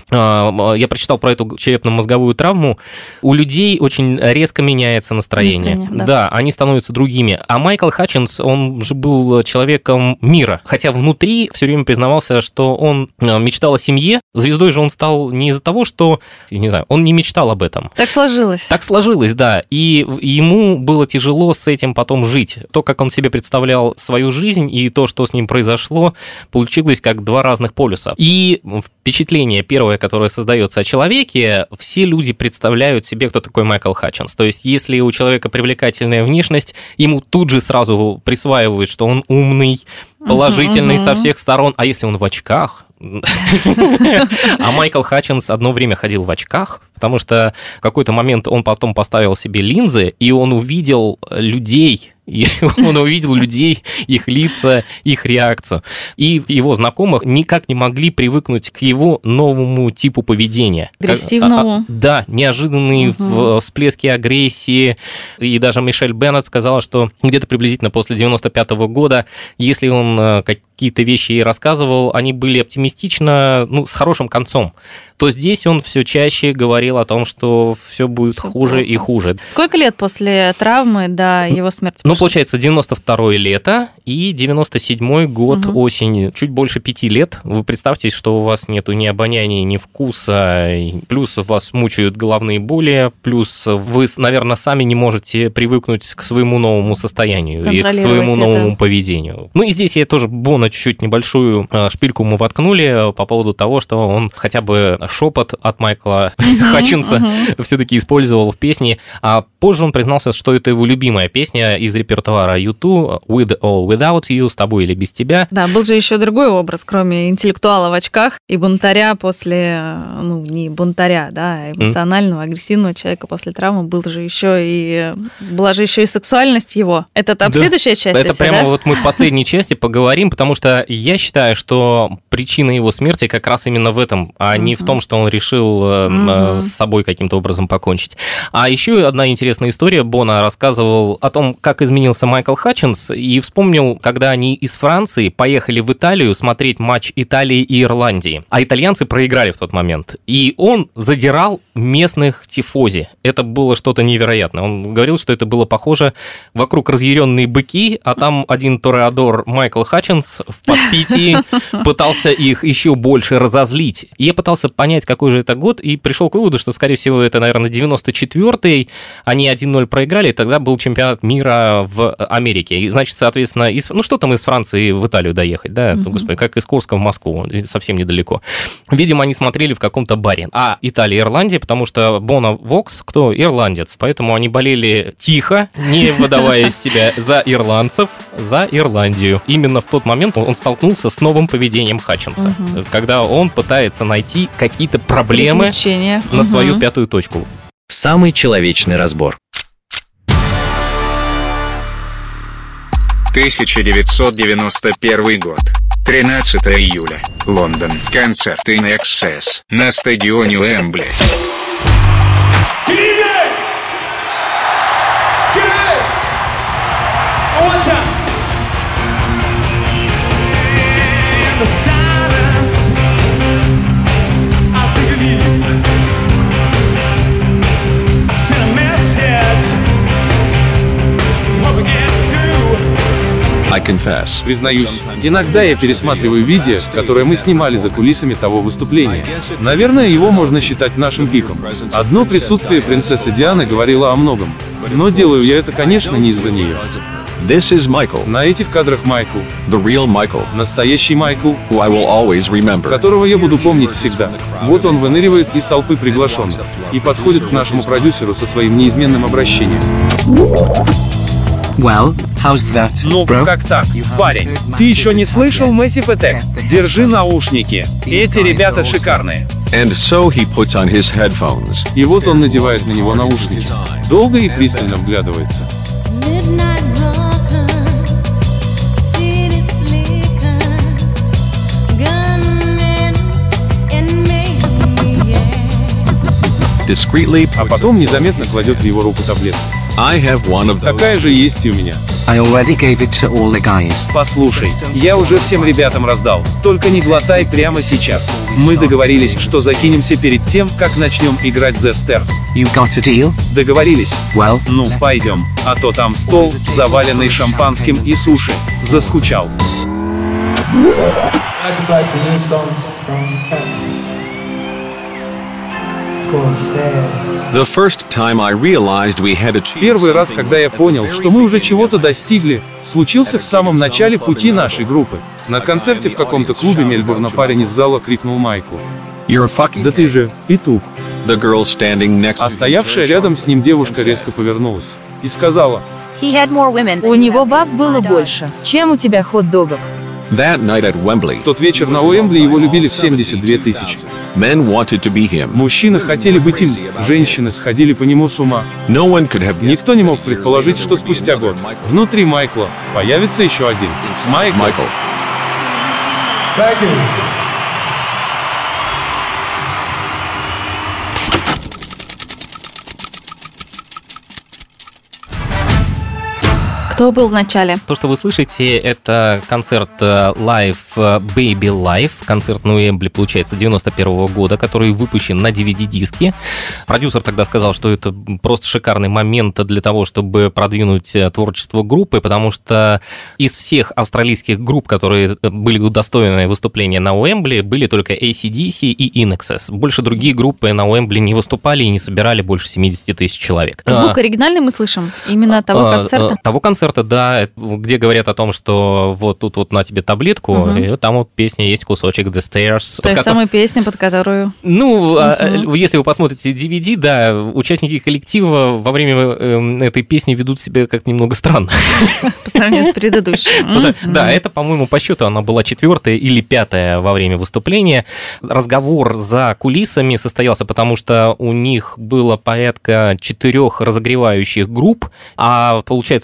Я прочитал про эту черепно-мозговую травму. У людей очень резко меняется настроение. настроение да. да, они становятся другими. А Майкл Хатчинс, он же был человеком мира, хотя внутри все время признавался, что он мечтал о семье. Звездой же он стал не из-за того, что, я не знаю, он не мечтал об этом. Так сложилось. Так сложилось, да. И ему было тяжело с этим потом жить. То, как он себе представлял свою жизнь, и то, что с ним произошло, получилось как два разных полюса. И впечатление первое, которое создается о человеке, все люди представляют себе, кто такой Майкл Хатчинс. То есть, если у человека привлекательная внешность, ему тут же сразу присваивают, что он умный, положительный uh-huh, uh-huh. со всех сторон. А если он в очках... А Майкл Хатчинс одно время ходил в очках, потому что в какой-то момент он потом поставил себе линзы, и он увидел людей, и он увидел людей, их лица, их реакцию. И его знакомых никак не могли привыкнуть к его новому типу поведения. Агрессивному. Как, да, неожиданные угу. всплески агрессии. И даже Мишель Беннет сказала, что где-то приблизительно после девяносто пятого года, если он какие-то вещи ей рассказывал, они были оптимистично, ну, с хорошим концом, то здесь он все чаще говорил о том, что все будет все хуже плохо. И хуже. Сколько лет после травмы до его смерти? Ну, получается, девяносто второе лето и девяносто седьмой год угу. осень. Чуть больше пяти лет. Вы представьте, что у вас нету ни обоняния, ни вкуса, плюс вас мучают головные боли, плюс вы, наверное, сами не можете привыкнуть к своему новому состоянию и к своему новому это. поведению. Ну и здесь я тоже Боно чуть-чуть небольшую шпильку мы воткнули по поводу того, что он хотя бы шепот от Майкла uh-huh, Хатчинса uh-huh. все-таки использовал в песне, а позже он признался, что это его любимая песня из репертуара ю ту «With or Without You», «С тобой или без тебя». Да, был же еще другой образ, кроме интеллектуала в очках и бунтаря после, ну, не бунтаря, да, эмоционального, mm. агрессивного человека после травмы, был же еще и, была же еще и сексуальность его. Это там да. следующая часть? Это эти, прямо да? вот мы в последней части поговорим, потому что я считаю, что причина его смерти как раз именно в этом, а uh-huh. не в том, что он решил uh-huh. с собой каким-то образом покончить. А еще одна интересная история. Боно рассказывал о том, как изменилось видоизменился Майкл Хатчинс и вспомнил, когда они из Франции поехали в Италию смотреть матч Италии и Ирландии. А итальянцы проиграли в тот момент. И он задирал местных тифози. Это было что-то невероятное. Он говорил, что это было похоже вокруг разъяренные быки, а там один тореадор Майкл Хатчинс в подпитии пытался их еще больше разозлить. И я пытался понять, какой же это год, и пришел к выводу, что, скорее всего, это, наверное, девяносто четвёртый. Они один ноль проиграли, и тогда был чемпионат мира в Америке. И, значит, соответственно, из... ну что там из Франции в Италию доехать, да? Mm-hmm. Господи, как из Курска в Москву, совсем недалеко. Видимо, они смотрели в каком-то баре. А Италия и Ирландия, потому что Боно Вокс, кто? Ирландец. Поэтому они болели тихо, не выдавая из себя за ирландцев, за Ирландию. Именно в тот момент он столкнулся с новым поведением Хатчинса, угу. когда он пытается найти какие-то проблемы на угу. свою пятую точку. Самый человечный разбор. тысяча девятьсот девяносто первый год. тринадцатого июля. Лондон. Концерт ин эксес на стадионе Уэмбли. Признаюсь, иногда я пересматриваю видео, которое мы снимали за кулисами того выступления. Наверное, его можно считать нашим пиком. Одно присутствие принцессы Дианы говорило о многом. Но делаю я это, конечно, не из-за нее. This is Michael. На этих кадрах Майкл. The real Michael. Настоящий Майкл, who I will always remember. Которого я буду помнить всегда. Вот он выныривает из толпы приглашенных и подходит к нашему продюсеру со своим неизменным обращением. Well, how's that, ну, bro? Как так, парень? Ты еще не слышал Massive Attack? Держи наушники. Эти ребята шикарные. And so he puts on his headphones. И вот он надевает на него наушники. Долго и пристально вглядывается. Discreetly, а потом незаметно кладет в его руку таблетку. I have one of those. Такая же есть и у меня. I already gave it to all the guys. Послушай, я уже всем ребятам раздал. Только не глотай прямо сейчас. Мы договорились, что закинемся перед тем, как начнем играть The Stairs. You got a deal? Договорились. Well, ну, пойдем. А то там стол, заваленный шампанским и суши. Заскучал. Первый раз, когда я понял, что мы уже чего-то достигли, случился в самом начале пути нашей группы. На концерте в каком-то клубе Мельбурна парень из зала крикнул Майку: «Да ты же петух!» А стоявшая рядом с ним девушка резко повернулась и сказала: «У него баб было больше, чем у тебя хот-догов». В тот вечер на Уэмбли его любили в семьдесят две тысячи. Мужчины хотели быть им, женщины сходили по нему с ума. Никто не мог предположить, что спустя год внутри Майкла появится еще один Майкл. Кто был в начале? То, что вы слышите, это концерт Live Baby Live, концерт на Уэмбли, получается, девяносто первого года, который выпущен на ди ви ди-диске. Продюсер тогда сказал, что это просто шикарный момент для того, чтобы продвинуть творчество группы, потому что из всех австралийских групп, которые были удостоены выступления на Уэмбли, были только эй си ди си и ин экс эс. Больше другие группы на Уэмбли не выступали и не собирали больше семьдесят тысяч человек. Звук оригинальный мы слышим? Именно того концерта? Того концерта. Да, где говорят о том, что вот тут вот на тебе таблетку, угу. и там вот песня есть кусочек The Stairs. То есть ко... самая песня, под которую... Ну, угу. если вы посмотрите ди ви ди, да, участники коллектива во время э, этой песни ведут себя как немного странно. По сравнению с предыдущей. Да, это, по-моему, по счету она была четвертая или пятая во время выступления. Разговор за кулисами состоялся, потому что у них было порядка четырех разогревающих групп, а получается за кулисами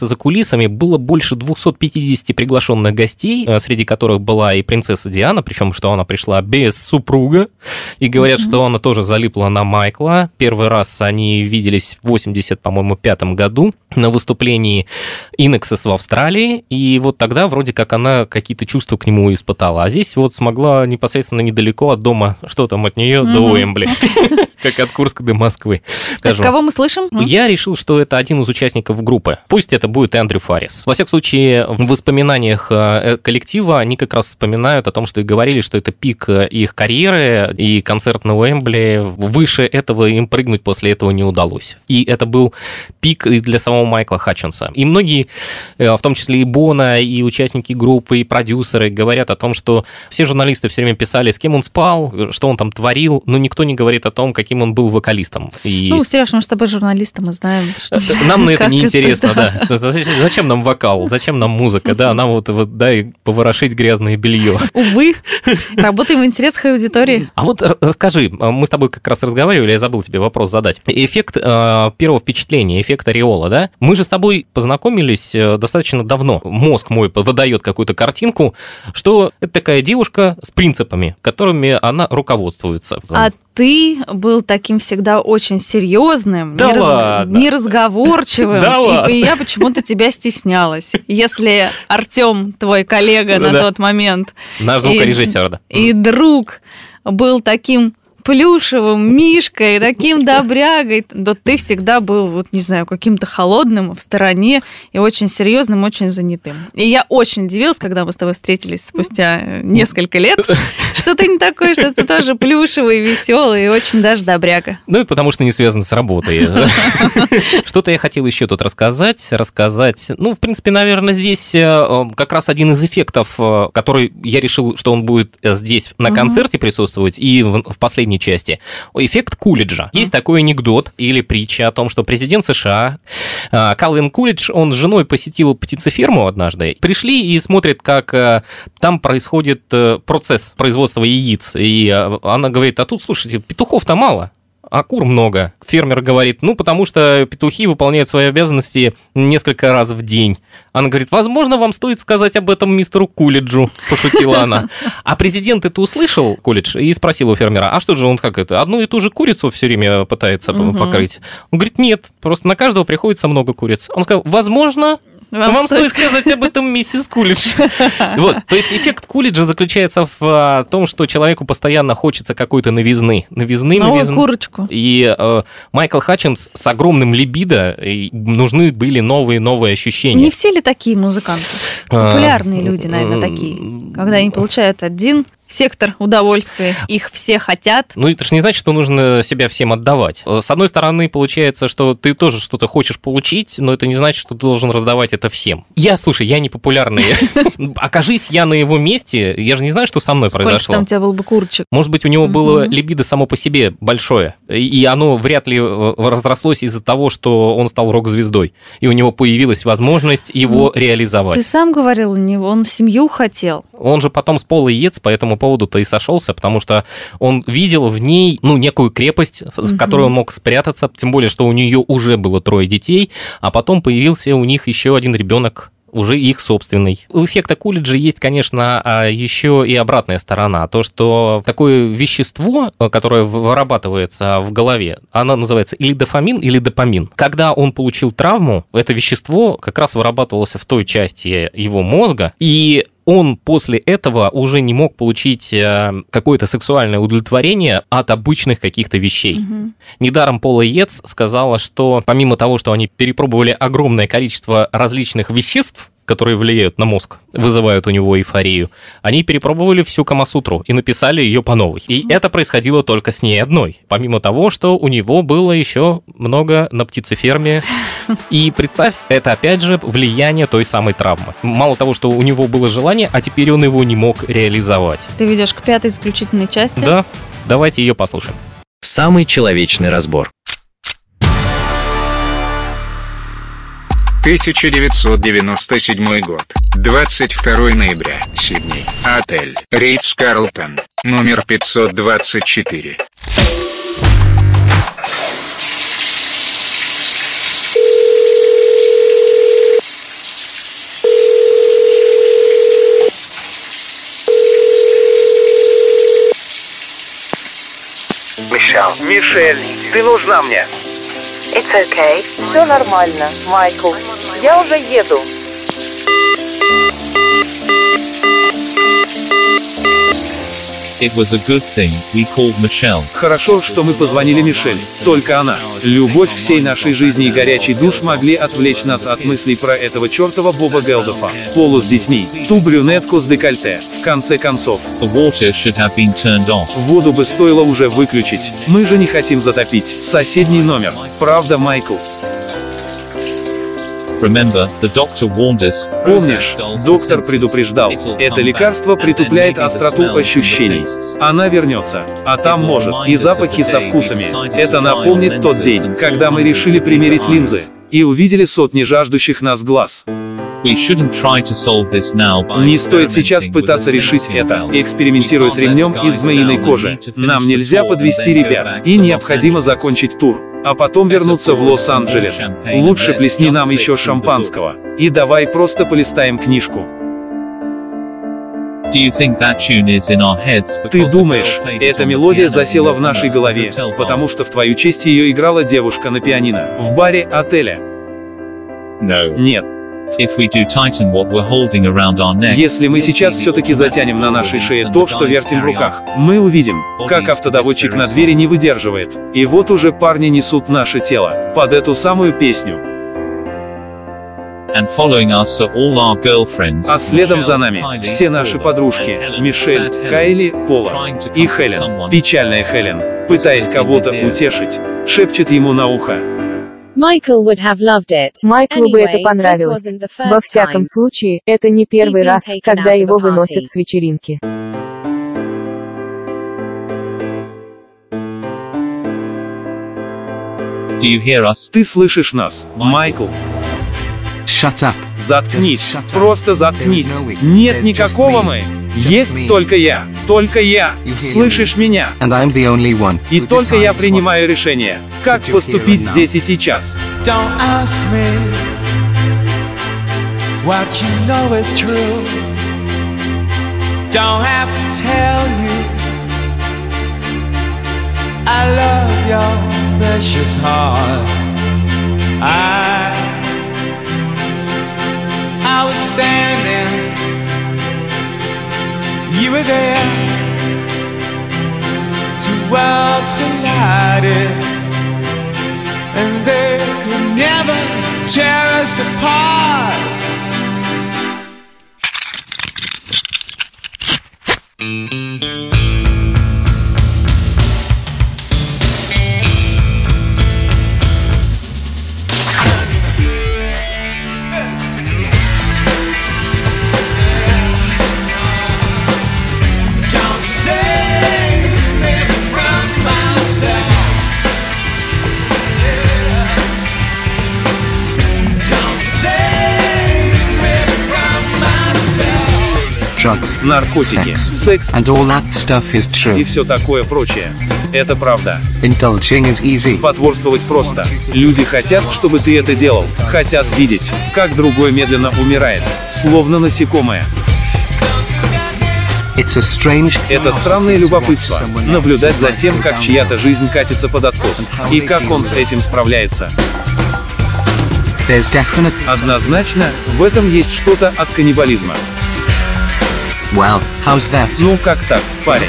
кулисами было больше двести пятьдесят приглашенных гостей, среди которых была и принцесса Диана, причем, что она пришла без супруга, и говорят, mm-hmm. что она тоже залипла на Майкла. Первый раз они виделись в восемьдесят, по-моему, пятом году на выступлении Инексес в Австралии, и вот тогда вроде как она какие-то чувства к нему испытала, а здесь вот смогла непосредственно недалеко от дома, что там от нее mm-hmm. до Уэмбли, как от Курска до Москвы. Так, кого мы слышим? Я решил, что это один из участников группы. Пусть это будет Эндрю Фаррис. Во всяком случае, в воспоминаниях коллектива они как раз вспоминают о том, что и говорили, что это пик их карьеры, и концерт на Уэмбли. Выше этого им прыгнуть после этого не удалось. И это был пик и для самого Майкла Хатчинса. И многие, в том числе и Бона, и участники группы, и продюсеры говорят о том, что все журналисты все время писали, с кем он спал, что он там творил, но никто не говорит о том, каким он был вокалистом. И... Ну, Сереж, мы с тобой журналисты, мы знаем. Что... Нам на это не интересно, да. Зачем нам вокал, зачем нам музыка, да, нам вот, вот дай поворошить грязное белье. Увы, работаем в интересах аудитории. А вот скажи, мы с тобой как раз разговаривали, я забыл тебе вопрос задать. Эффект э, первого впечатления, эффект ореола, да? Мы же с тобой познакомились достаточно давно. Мозг мой выдает какую-то картинку, что это такая девушка с принципами, которыми она руководствуется. А ты был таким всегда очень серьезным, да нераз... ладно. неразговорчивым, да и, ладно. и я почему-то тебя стеснялась. Если Артем, твой коллега на да. тот момент, наш звукорежиссер, да, и друг был таким плюшевым мишкой, таким добрягой, то ты всегда был, вот не знаю, каким-то холодным, в стороне и очень серьезным, очень занятым. И я очень удивилась, когда мы с тобой встретились спустя несколько лет, что ты не такой, что ты тоже плюшевый, веселый и очень даже добряга. Ну, это потому что не связано с работой. Что-то я хотел еще тут рассказать, рассказать. Ну, в принципе, наверное, здесь как раз один из эффектов, который я решил, что он будет здесь на концерте присутствовать и в последней части. Эффект Кулиджа. Есть такой анекдот или притча о том, что президент США Калвин Кулидж, он с женой посетил птицеферму однажды. Пришли и смотрят, как там происходит процесс производства яиц. И она говорит, а тут, слушайте, петухов-то мало. А кур много. Фермер говорит, ну, потому что петухи выполняют свои обязанности несколько раз в день. Она говорит, возможно, вам стоит сказать об этом мистеру Кулиджу, пошутила она. А президент это услышал, Кулидж, и спросил у фермера, а что же он как это, одну и ту же курицу все время пытается угу. покрыть? Он говорит, нет, просто на каждого приходится много куриц. Он сказал, возможно... Вам, Вам стоит сказать об этом, миссис Кулидж. Вот, то есть эффект Кулиджа заключается в том, что человеку постоянно хочется какой-то новизны. Новизны, новизны. Новую курочку. И э, Майкл Хатчинс с огромным либидо, и нужны были новые-новые ощущения. Не все ли такие музыканты? Популярные люди, наверное, такие. Когда они получают один... сектор удовольствия, их все хотят. Ну, это же не значит, что нужно себя всем отдавать. С одной стороны, получается, что ты тоже что-то хочешь получить, но это не значит, что ты должен раздавать это всем. Я, слушай, я не популярный. Окажись я на его месте, я же не знаю, что со мной произошло. Сколько там у тебя был бы курочек? Может быть, у него было либидо само по себе большое, и оно вряд ли разрослось из-за того, что он стал рок-звездой, и у него появилась возможность его реализовать. Ты сам говорил, у него он семью хотел. Он же потом с Полой Йетс по этому поводу-то и сошелся, потому что он видел в ней, ну, некую крепость, в которой он мог спрятаться, тем более, что у нее уже было трое детей, а потом появился у них еще один ребенок, уже их собственный. У эффекта Кулиджа есть, конечно, еще и обратная сторона. То, что такое вещество, которое вырабатывается в голове, оно называется или дофамин, или допамин. Когда он получил травму, это вещество как раз вырабатывалось в той части его мозга, и он после этого уже не мог получить какое-то сексуальное удовлетворение от обычных каких-то вещей. Mm-hmm. Недаром Пола Йетс сказала, что помимо того, что они перепробовали огромное количество различных веществ, которые влияют на мозг, вызывают у него эйфорию, они перепробовали всю Камасутру и написали ее по новой. И это происходило только с ней одной. Помимо того, что у него было еще много на птицеферме. И представь, это опять же влияние той самой травмы. Мало того, что у него было желание, а теперь он его не мог реализовать. Ты ведешь к пятой заключительной части? Да, давайте ее послушаем. Самый человечный разбор. тысяча девятьсот девяносто седьмой год. двадцать второго ноября. Сидней. Отель Ридс-Карлтон. Номер пятьсот двадцать четыре. Мишель. Мишель, ты нужна мне. It's okay. Все нормально, Майкл. Я уже еду. It was a good thing we called Michelle. Хорошо, что мы позвонили Мишель. Только она. Любовь всей нашей жизни и горячий душ могли отвлечь нас от мыслей про этого чертова Боба Гелдофа. Полу с детьми. Ту брюнетку с декольте. В конце концов. The water should have been turned off. Воду бы стоило уже выключить. Мы же не хотим затопить соседний номер. Правда, Майкл? Remember, the doctor warned us. Помнишь, доктор предупреждал, это лекарство притупляет остроту ощущений. Она вернется, а там может и запахи со вкусами. Это напомнит тот день, когда мы решили примерить линзы и увидели сотни жаждущих нас глаз. Не стоит сейчас пытаться решить это, экспериментируя с ремнем из змеиной кожи. Нам нельзя подвести ребят, и необходимо закончить тур, а потом вернуться в Лос-Анджелес. Лучше плесни нам еще шампанского, и давай просто полистаем книжку. Ты думаешь, эта мелодия засела в нашей голове, потому что в твою честь ее играла девушка на пианино в баре отеля? Нет. Если мы сейчас все-таки затянем на нашей шее то, что вертим в руках, мы увидим, как автодоводчик на двери не выдерживает. И вот уже парни несут наше тело под эту самую песню. А следом за нами все наши подружки Мишель, Кайли, Пола и Хелен, печальная Хелен, пытаясь кого-то утешить, шепчет ему на ухо. Майклу бы это понравилось. Во всяком случае, это не первый раз, когда его выносят с вечеринки. Ты слышишь нас, Майкл? Shut up. Заткнись. Просто заткнись. Нет никакого мы. Есть только я. Только я. Слышишь меня? И только я принимаю решение, как поступить здесь и сейчас. Don't ask me what you know is true. Don't have to tell you I love your precious heart. I I was standing, you were there. Two worlds collided, and they could never tear us apart. Drugs, наркотики, sex, секс and all that stuff is true. И все такое прочее. Это правда. Indulging is easy. Потворствовать просто. Люди хотят, чтобы ты это делал. Хотят видеть, как другой медленно умирает, словно насекомое. It's a strange... Это странное любопытство. Наблюдать за тем, как чья-то жизнь катится под откос. И как он с этим справляется. Definite... Однозначно, в этом есть что-то от каннибализма. Well, how's that? Ну как так, парень?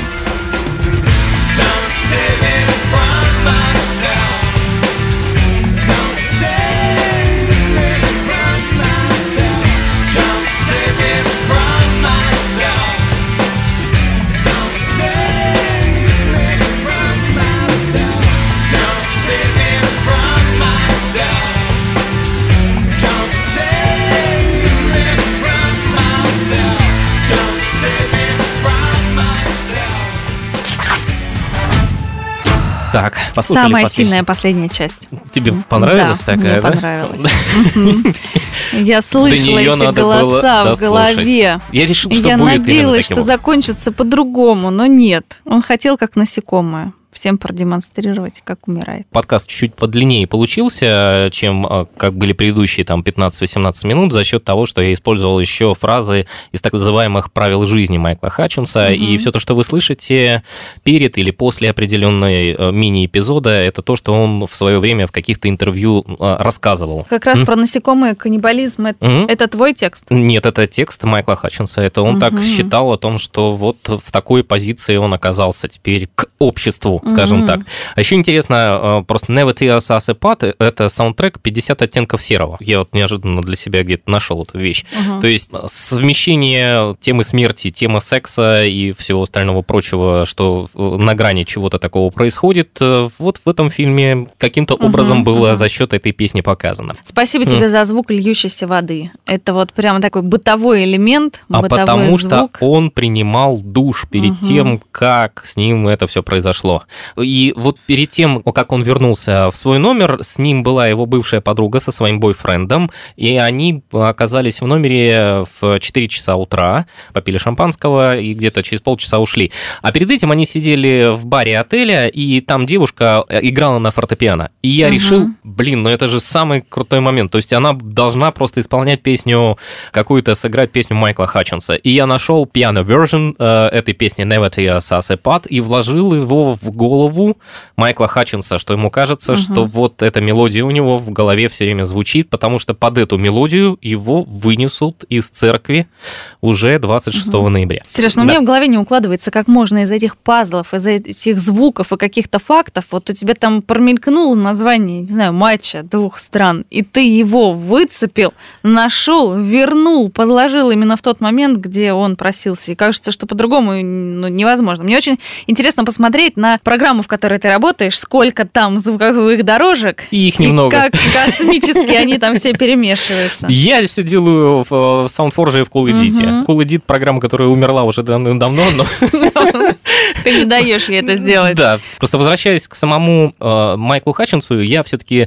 Так, послушали Самая послед... сильная последняя часть. Тебе понравилась да, такая, мне да? понравилась. Я слышала эти голоса в голове. Я решил, что Я будет надеялась, именно таким что образом. закончится по-другому, но нет. Он хотел как насекомое. всем продемонстрировать, как умирает. Подкаст чуть-чуть подлиннее получился, чем как были предыдущие там пятнадцать-восемнадцать минут, за счет того, что я использовал еще фразы из так называемых правил жизни Майкла Хатчинса, угу. и все то, что вы слышите перед или после определенной мини-эпизода, это то, что он в свое время в каких-то интервью рассказывал. Как раз М? про насекомые, каннибализм, это, угу. это твой текст? Нет, это текст Майкла Хатчинса, это он угу. так считал о том, что вот в такой позиции он оказался теперь к обществу, скажем mm-hmm. так. А еще интересно, просто Never Tear Us Apart — это саундтрек пятьдесят оттенков серого. Я вот неожиданно для себя где-то нашел эту вещь. Mm-hmm. То есть совмещение темы смерти, темы секса и всего остального прочего, что на грани чего-то такого происходит, вот в этом фильме каким-то mm-hmm. образом было mm-hmm. за счет этой песни показано. Спасибо mm. тебе за звук льющейся воды. Это вот прямо такой бытовой элемент, а бытовой потому звук. Что он принимал душ перед mm-hmm. тем, как с ним это все произошло. И вот перед тем, как он вернулся в свой номер, с ним была его бывшая подруга со своим бойфрендом, и они оказались в номере в четыре часа утра, попили шампанского и где-то через полчаса ушли. А перед этим они сидели в баре отеля, и там девушка играла на фортепиано. И я угу. решил, блин, ну это же самый крутой момент. То есть она должна просто исполнять песню, какую-то сыграть песню Майкла Хатчинса. И я нашел piano version э, этой песни Never Tear Us Apart и вложил его в голову Майкла Хатчинса, что ему кажется, угу. что вот эта мелодия у него в голове все время звучит, потому что под эту мелодию его вынесут из церкви уже двадцать шестого угу. ноября. Сереж, ну да. мне в голове не укладывается, как можно из этих пазлов, из этих звуков и каких-то фактов, вот у тебя там промелькнуло название, не знаю, матча двух стран, и ты его выцепил, нашел, вернул, подложил именно в тот момент, где он просился. И кажется, что по-другому ну, невозможно. Мне очень интересно посмотреть на программу, в которой ты работаешь, сколько там звуковых дорожек. И их немного. И как космически они там все перемешиваются. Я все делаю в SoundForge и в Cool Edit. Cool Edit — программа, которая умерла уже давно, но... Ты не даешь ей это сделать. Да. Просто возвращаясь к самому Майклу Хатчинсу, я все-таки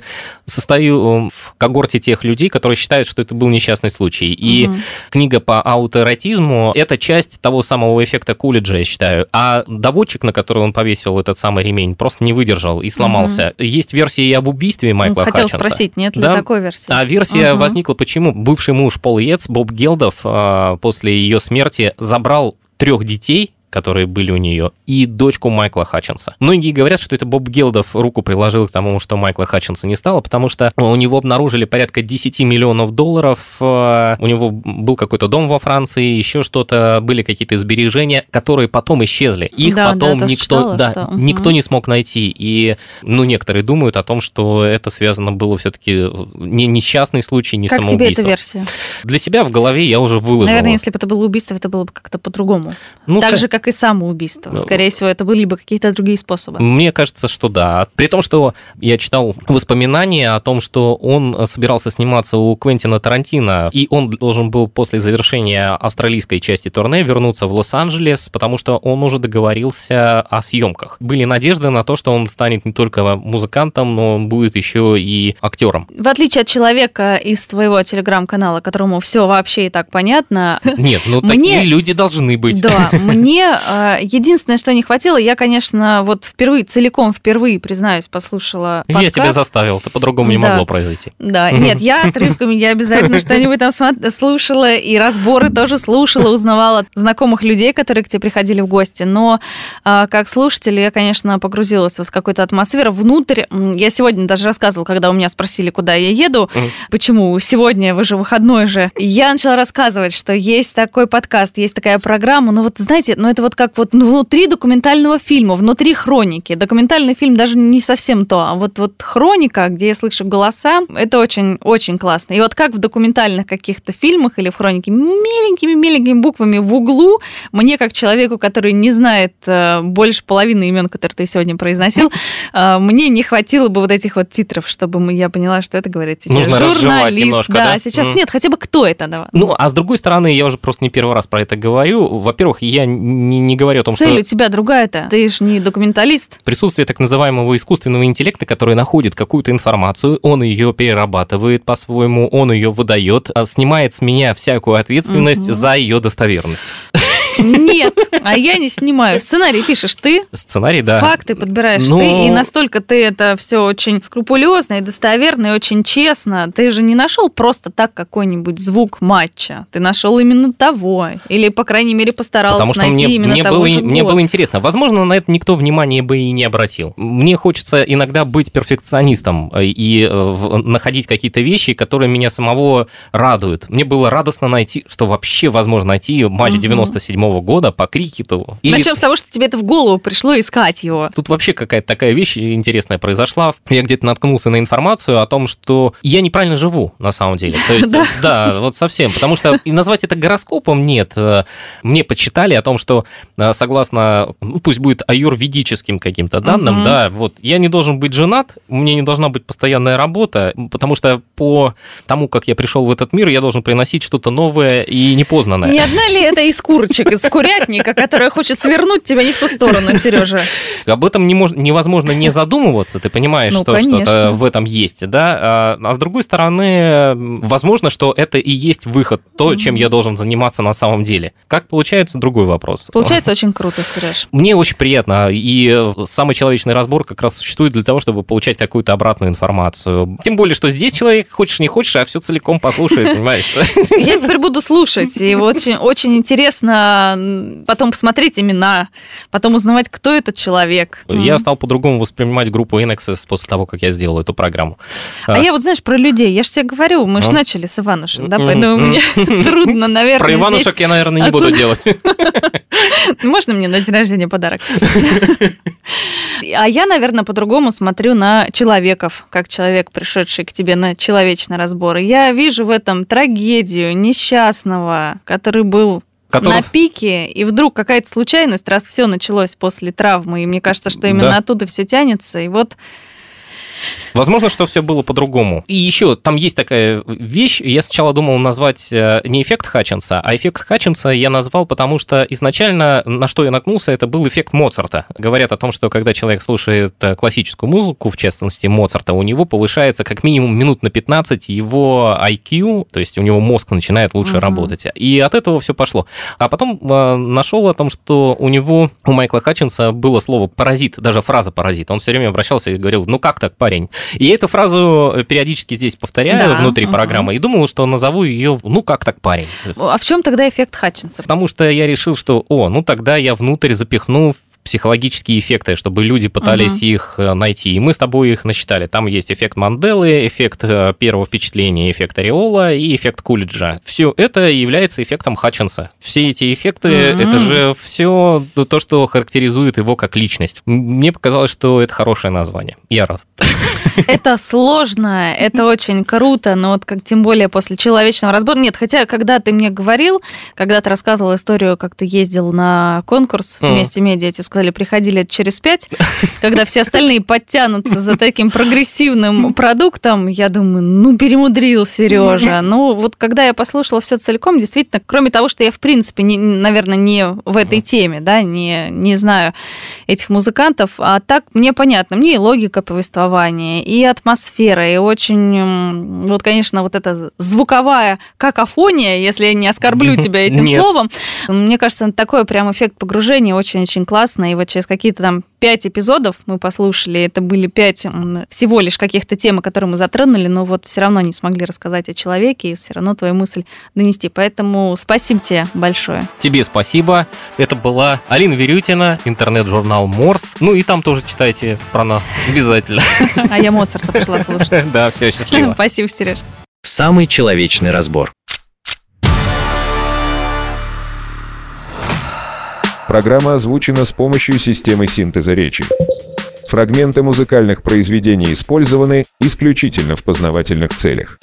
состою в когорте тех людей, которые считают, что это был несчастный случай. И книга по аутоэротизму — это часть того самого эффекта Кулиджа, я считаю. А доводчик, на который он повесил этот самый ремень, просто не выдержал и сломался. Угу. Есть версия и об убийстве Майкла Хотел Хатчинса. Хотел спросить, нет ли да? такой версии? А версия угу. возникла почему? Бывший муж Пол Йетс, Боб Гелдов, после ее смерти забрал трех детей, которые были у нее, и дочку Майкла Хатчинса. Многие говорят, что это Боб Гелдов руку приложил к тому, что Майкла Хатчинса не стало, потому что у него обнаружили порядка десять миллионов долларов, у него был какой-то дом во Франции, еще что-то, были какие-то сбережения, которые потом исчезли. Их да, потом да, никто, читала, да, что... никто не смог найти. И, ну, некоторые думают о том, что это связано было все-таки не несчастный случай, не как самоубийство. Как тебе эта версия? Для себя в голове я уже выложил. Наверное, если бы это было убийство, это было бы как-то по-другому. Ну, так ска... же, как и самоубийство. Скорее всего, это были бы какие-то другие способы. Мне кажется, что да. При том, что я читал воспоминания о том, что он собирался сниматься у Квентина Тарантино, и он должен был после завершения австралийской части турне вернуться в Лос-Анджелес, потому что он уже договорился о съемках. Были надежды на то, что он станет не только музыкантом, но он будет еще и актером. В отличие от человека из твоего телеграм-канала, которому все вообще и так понятно. Нет, ну мне... такие люди должны быть. Да, мне единственное, что не хватило, я, конечно, вот впервые, целиком впервые, признаюсь, послушала подкаст. Я тебя заставил, это по-другому не да. могло произойти. Да, нет, я отрывками, я обязательно что-нибудь там слушала, и разборы тоже слушала, узнавала от знакомых людей, которые к тебе приходили в гости, но как слушатель я, конечно, погрузилась вот в какую-то атмосферу внутрь. Я сегодня даже рассказывала, когда у меня спросили, куда я еду, mm. почему сегодня, вы же выходной же, я начала рассказывать, что есть такой подкаст, есть такая программа, ну вот, знаете, ну это вот как вот внутри документального фильма, внутри хроники. Документальный фильм даже не совсем то, а вот, вот хроника, где я слышу голоса, это очень-очень классно. И вот как в документальных каких-то фильмах или в хронике меленькими-меленькими буквами в углу, мне, как человеку, который не знает больше половины имен, которые ты сегодня произносил, мне не хватило бы вот этих вот титров, чтобы я поняла, что это говорит сейчас нужно журналист. Немножко, да, да, сейчас mm. нет, хотя бы кто это. Давай. Ну, а с другой стороны, я уже просто не первый раз про это говорю. Во-первых, я не, не говорю о том, Цель что... у тебя другая-то. Ты же не документалист. Присутствие так называемого искусственного интеллекта, который находит какую-то информацию, он ее перерабатывает по-своему, он ее выдает, снимает с меня всякую ответственность угу. за ее достоверность. Нет, а я не снимаю. Сценарий пишешь ты. Сценарий, да. Факты подбираешь Но... ты. И настолько ты это все очень скрупулезно и достоверно, и очень честно. Ты же не нашел просто так какой-нибудь звук матча. Ты нашел именно того. Или, по крайней мере, постарался Потому что найти мне, именно мне того было, же мне года. было интересно. Возможно, на это никто внимания бы и не обратил. Мне хочется иногда быть перфекционистом и э, находить какие-то вещи, которые меня самого радуют. Мне было радостно найти, что вообще возможно найти матч девяносто седьмого года по крикету. Или... Начнем с того, что тебе это в голову пришло искать его. Тут вообще какая-то такая вещь интересная произошла. Я где-то наткнулся на информацию о том, что я неправильно живу, на самом деле. То есть, да. да, вот совсем. Потому что и назвать это гороскопом нет. Мне почитали о том, что согласно, ну, пусть будет аюрведическим каким-то данным, угу. да, вот я не должен быть женат, у меня не должна быть постоянная работа, потому что по тому, как я пришел в этот мир, я должен приносить что-то новое и непознанное. Не одна ли это из курочек, из курятника, которая хочет свернуть тебя не в ту сторону, Сережа? Об этом не мож... невозможно не задумываться, ты понимаешь, ну, что конечно. Что-то в этом есть, да? А, а с другой стороны, возможно, что это и есть выход, то, mm-hmm. чем я должен заниматься на самом деле. Как получается, другой вопрос. Получается очень круто, Сереж. Мне очень приятно, и самый человечный разбор как раз существует для того, чтобы получать какую-то обратную информацию. Тем более, что здесь человек, хочешь не хочешь, а все целиком послушает, понимаешь? Я теперь буду слушать, и очень, очень интересно потом посмотреть имена, потом узнавать, кто этот человек. Я стал по-другому воспринимать группу Inexcess после того, как я сделал эту программу. А, а я вот, знаешь, про людей, я же тебе говорю, мы же а? начали с Иванушек, да, поэтому мне трудно, наверное, Про Иванушек я, наверное, не буду делать. Можно мне на день рождения подарок? А я, наверное, по-другому смотрю на человеков, как человек, пришедший к тебе на человечный разбор. И я вижу в этом трагедию несчастного, который был Которых... на пике, и вдруг какая-то случайность, раз все началось после травмы, и мне кажется, что именно да. оттуда все тянется, и вот... Возможно, что все было по-другому. И еще там есть такая вещь, я сначала думал назвать не эффект Хатчинса, а эффект Хатчинса я назвал, потому что изначально, на что я наткнулся, это был эффект Моцарта. Говорят о том, что когда человек слушает классическую музыку, в частности Моцарта, у него повышается как минимум минут на пятнадцать его ай кью, то есть у него мозг начинает лучше uh-huh. работать. И от этого все пошло. А потом э, нашел о том, что у него, у Майкла Хатчинса было слово «паразит», даже фраза «паразит». Он все время обращался и говорил, ну как так, парень? И эту фразу периодически здесь повторяю да, внутри угу. программы и думал, что назову ее «ну как так, парень?». А в чем тогда эффект Хатчинса? Потому что я решил, что «о, ну тогда я внутрь запихну психологические эффекты, чтобы люди пытались uh-huh. их найти. И мы с тобой их насчитали. Там есть эффект Манделы, эффект первого впечатления, эффект ореола и эффект Кулиджа. Все это является эффектом Хатчинса. Все эти эффекты, uh-huh. это же все то, что характеризует его как личность. Мне показалось, что это хорошее название. Я рад. Это сложно, это очень круто, но вот как тем более после человечного разбора. Нет, хотя когда ты мне говорил, когда ты рассказывал историю, как ты ездил на конкурс вместе медиа, тебе сказали, приходи лет через пять, когда все остальные подтянутся за таким прогрессивным продуктом, я думаю, ну, перемудрил Сережа. Ну, вот когда я послушала все целиком, действительно, кроме того, что я, в принципе, не, наверное, не в этой теме, да, не, не знаю этих музыкантов, а так мне понятно, мне и логика повествования, и атмосфера, и очень, вот, конечно, вот эта звуковая какофония, если я не оскорблю тебя этим Нет. словом, мне кажется, такой прям эффект погружения очень-очень классно, и вот через какие-то там пять эпизодов мы послушали, это были пять всего лишь каких-то тем, которые мы затронули, но вот все равно не смогли рассказать о человеке, и все равно твою мысль донести, поэтому спасибо тебе большое. Тебе спасибо, это была Алина Верютина, интернет-журнал Морс, ну и там тоже читайте про нас обязательно. А я Моцарта пошла слушать. Да, все, счастливо. Спасибо, Сереж. Самый человечный разбор. Программа озвучена с помощью системы синтеза речи. Фрагменты музыкальных произведений использованы исключительно в познавательных целях.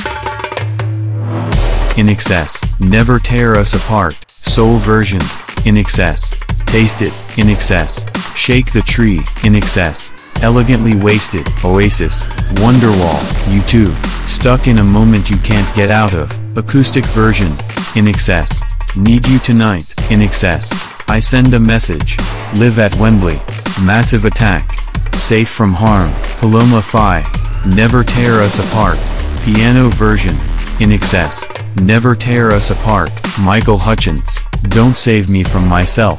Inexcess. Never tear us apart. Soul version. Inexcess. Taste it. Inexcess. Shake the tree. Inexcess. Elegantly wasted. Oasis. Wonderwall. U two. Stuck in a moment you can't get out of. Acoustic version. Inexcess. Need you tonight. Inexcess. I send a message. Live at Wembley. Massive attack. Safe from harm. Paloma Phi. Never tear us apart. Piano version. In Excess. Never Tear Us Apart, Michael Hutchence. Don't Save Me From Myself.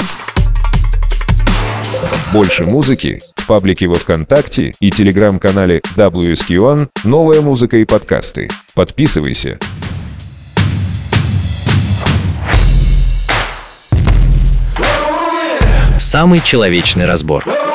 Больше музыки в паблике во ВКонтакте и телеграм-канале дабл ю эс кью один «Новая музыка и подкасты». Подписывайся. Самый человечный разбор.